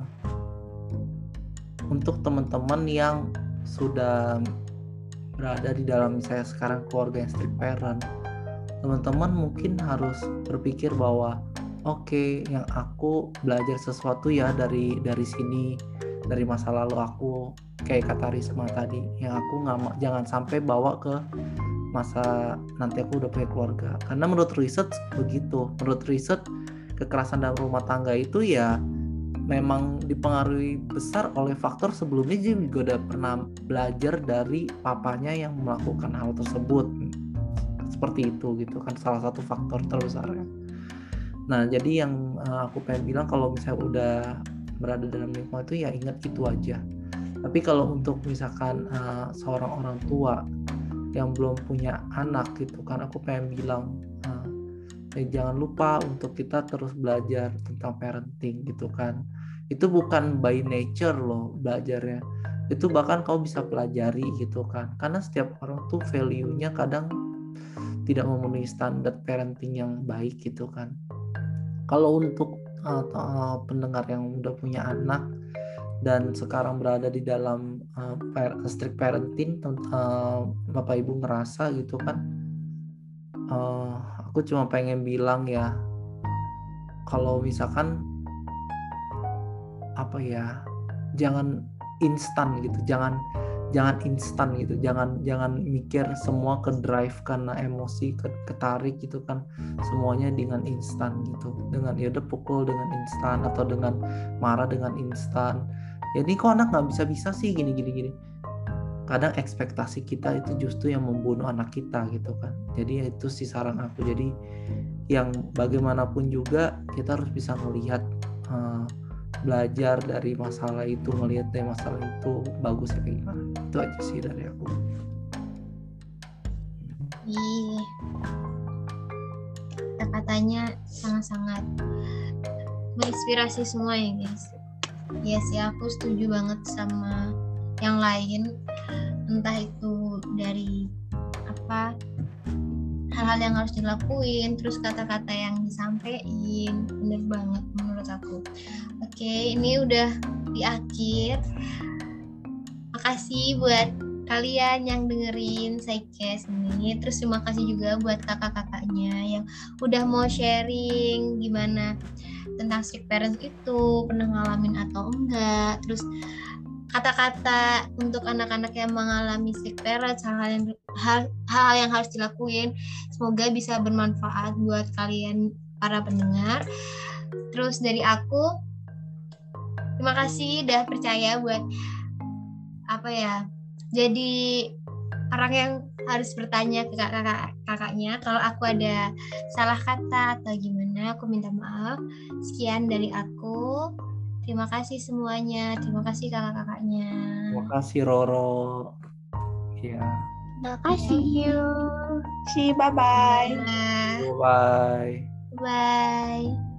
untuk teman-teman yang sudah berada di dalam misalnya sekarang keluarga yang strict parent, teman-teman mungkin harus berpikir bahwa oke, okay, yang aku belajar sesuatu ya dari dari sini, dari masa lalu aku, kayak kata Risma tadi, yang aku nggak jangan sampai bawa ke masa nanti aku udah punya keluarga. Karena menurut riset begitu, menurut riset kekerasan dalam rumah tangga itu ya memang dipengaruhi besar oleh faktor sebelumnya dia juga udah pernah belajar dari papanya yang melakukan hal tersebut, seperti itu gitu kan, salah satu faktor terbesarnya. Nah jadi yang uh, aku pengen bilang kalau misalnya udah berada dalam lingkungan itu ya ingat itu aja. Tapi kalau untuk misalkan uh, seorang orang tua yang belum punya anak gitu kan, aku pengen bilang uh, eh, jangan lupa untuk kita terus belajar tentang parenting gitu kan. Itu bukan by nature loh belajarnya, itu bahkan kau bisa pelajari gitu kan, karena setiap orang tuh value-nya kadang tidak memenuhi standar parenting yang baik gitu kan. Kalau untuk uh, uh, pendengar yang udah punya anak dan sekarang berada di dalam uh, strict parenting, uh, Bapak Ibu ngerasa gitu kan, uh, aku cuma pengen bilang ya, kalau misalkan apa ya, jangan instan gitu, jangan jangan instan gitu, jangan jangan mikir semua ke drive karena emosi, ke, ketarik gitu kan, semuanya dengan instan gitu, dengan ya udah pukul dengan instan atau dengan marah dengan instan. Jadi kok anak nggak bisa-bisa sih gini gini gini. Kadang ekspektasi kita itu justru yang membunuh anak kita gitu kan. Jadi itu sih saran aku. Jadi yang bagaimanapun juga kita harus bisa melihat uh, belajar dari masalah itu, melihat dari masalah itu bagusnya kayak gimana. Itu aja sih dari aku. Ih, kata-katanya sangat-sangat menginspirasi semua ya guys. Ya sih, aku setuju banget sama yang lain, entah itu dari apa hal-hal yang harus dilakuin, terus kata-kata yang disampaikan, bener banget menurut aku. Oke, ini udah di akhir. Makasih buat kalian yang dengerin Psycast ini. Terus terima kasih juga buat kakak-kakaknya yang udah mau sharing gimana tentang strict parents itu, pernah ngalamin atau enggak. Terus kata-kata untuk anak-anak yang mengalami strict parents, hal-hal yang hal, hal yang harus dilakuin. Semoga bisa bermanfaat buat kalian para pendengar. Terus dari aku, terima kasih udah percaya buat apa ya, jadi orang yang harus bertanya ke kakak kakaknya kalau aku ada salah kata atau gimana, aku minta maaf. Sekian dari aku. Terima kasih semuanya. Terima kasih kakak-kakaknya. Terima kasih Roro. Ya. Terima kasih. See, bye bye. Bye. Bye. Bye.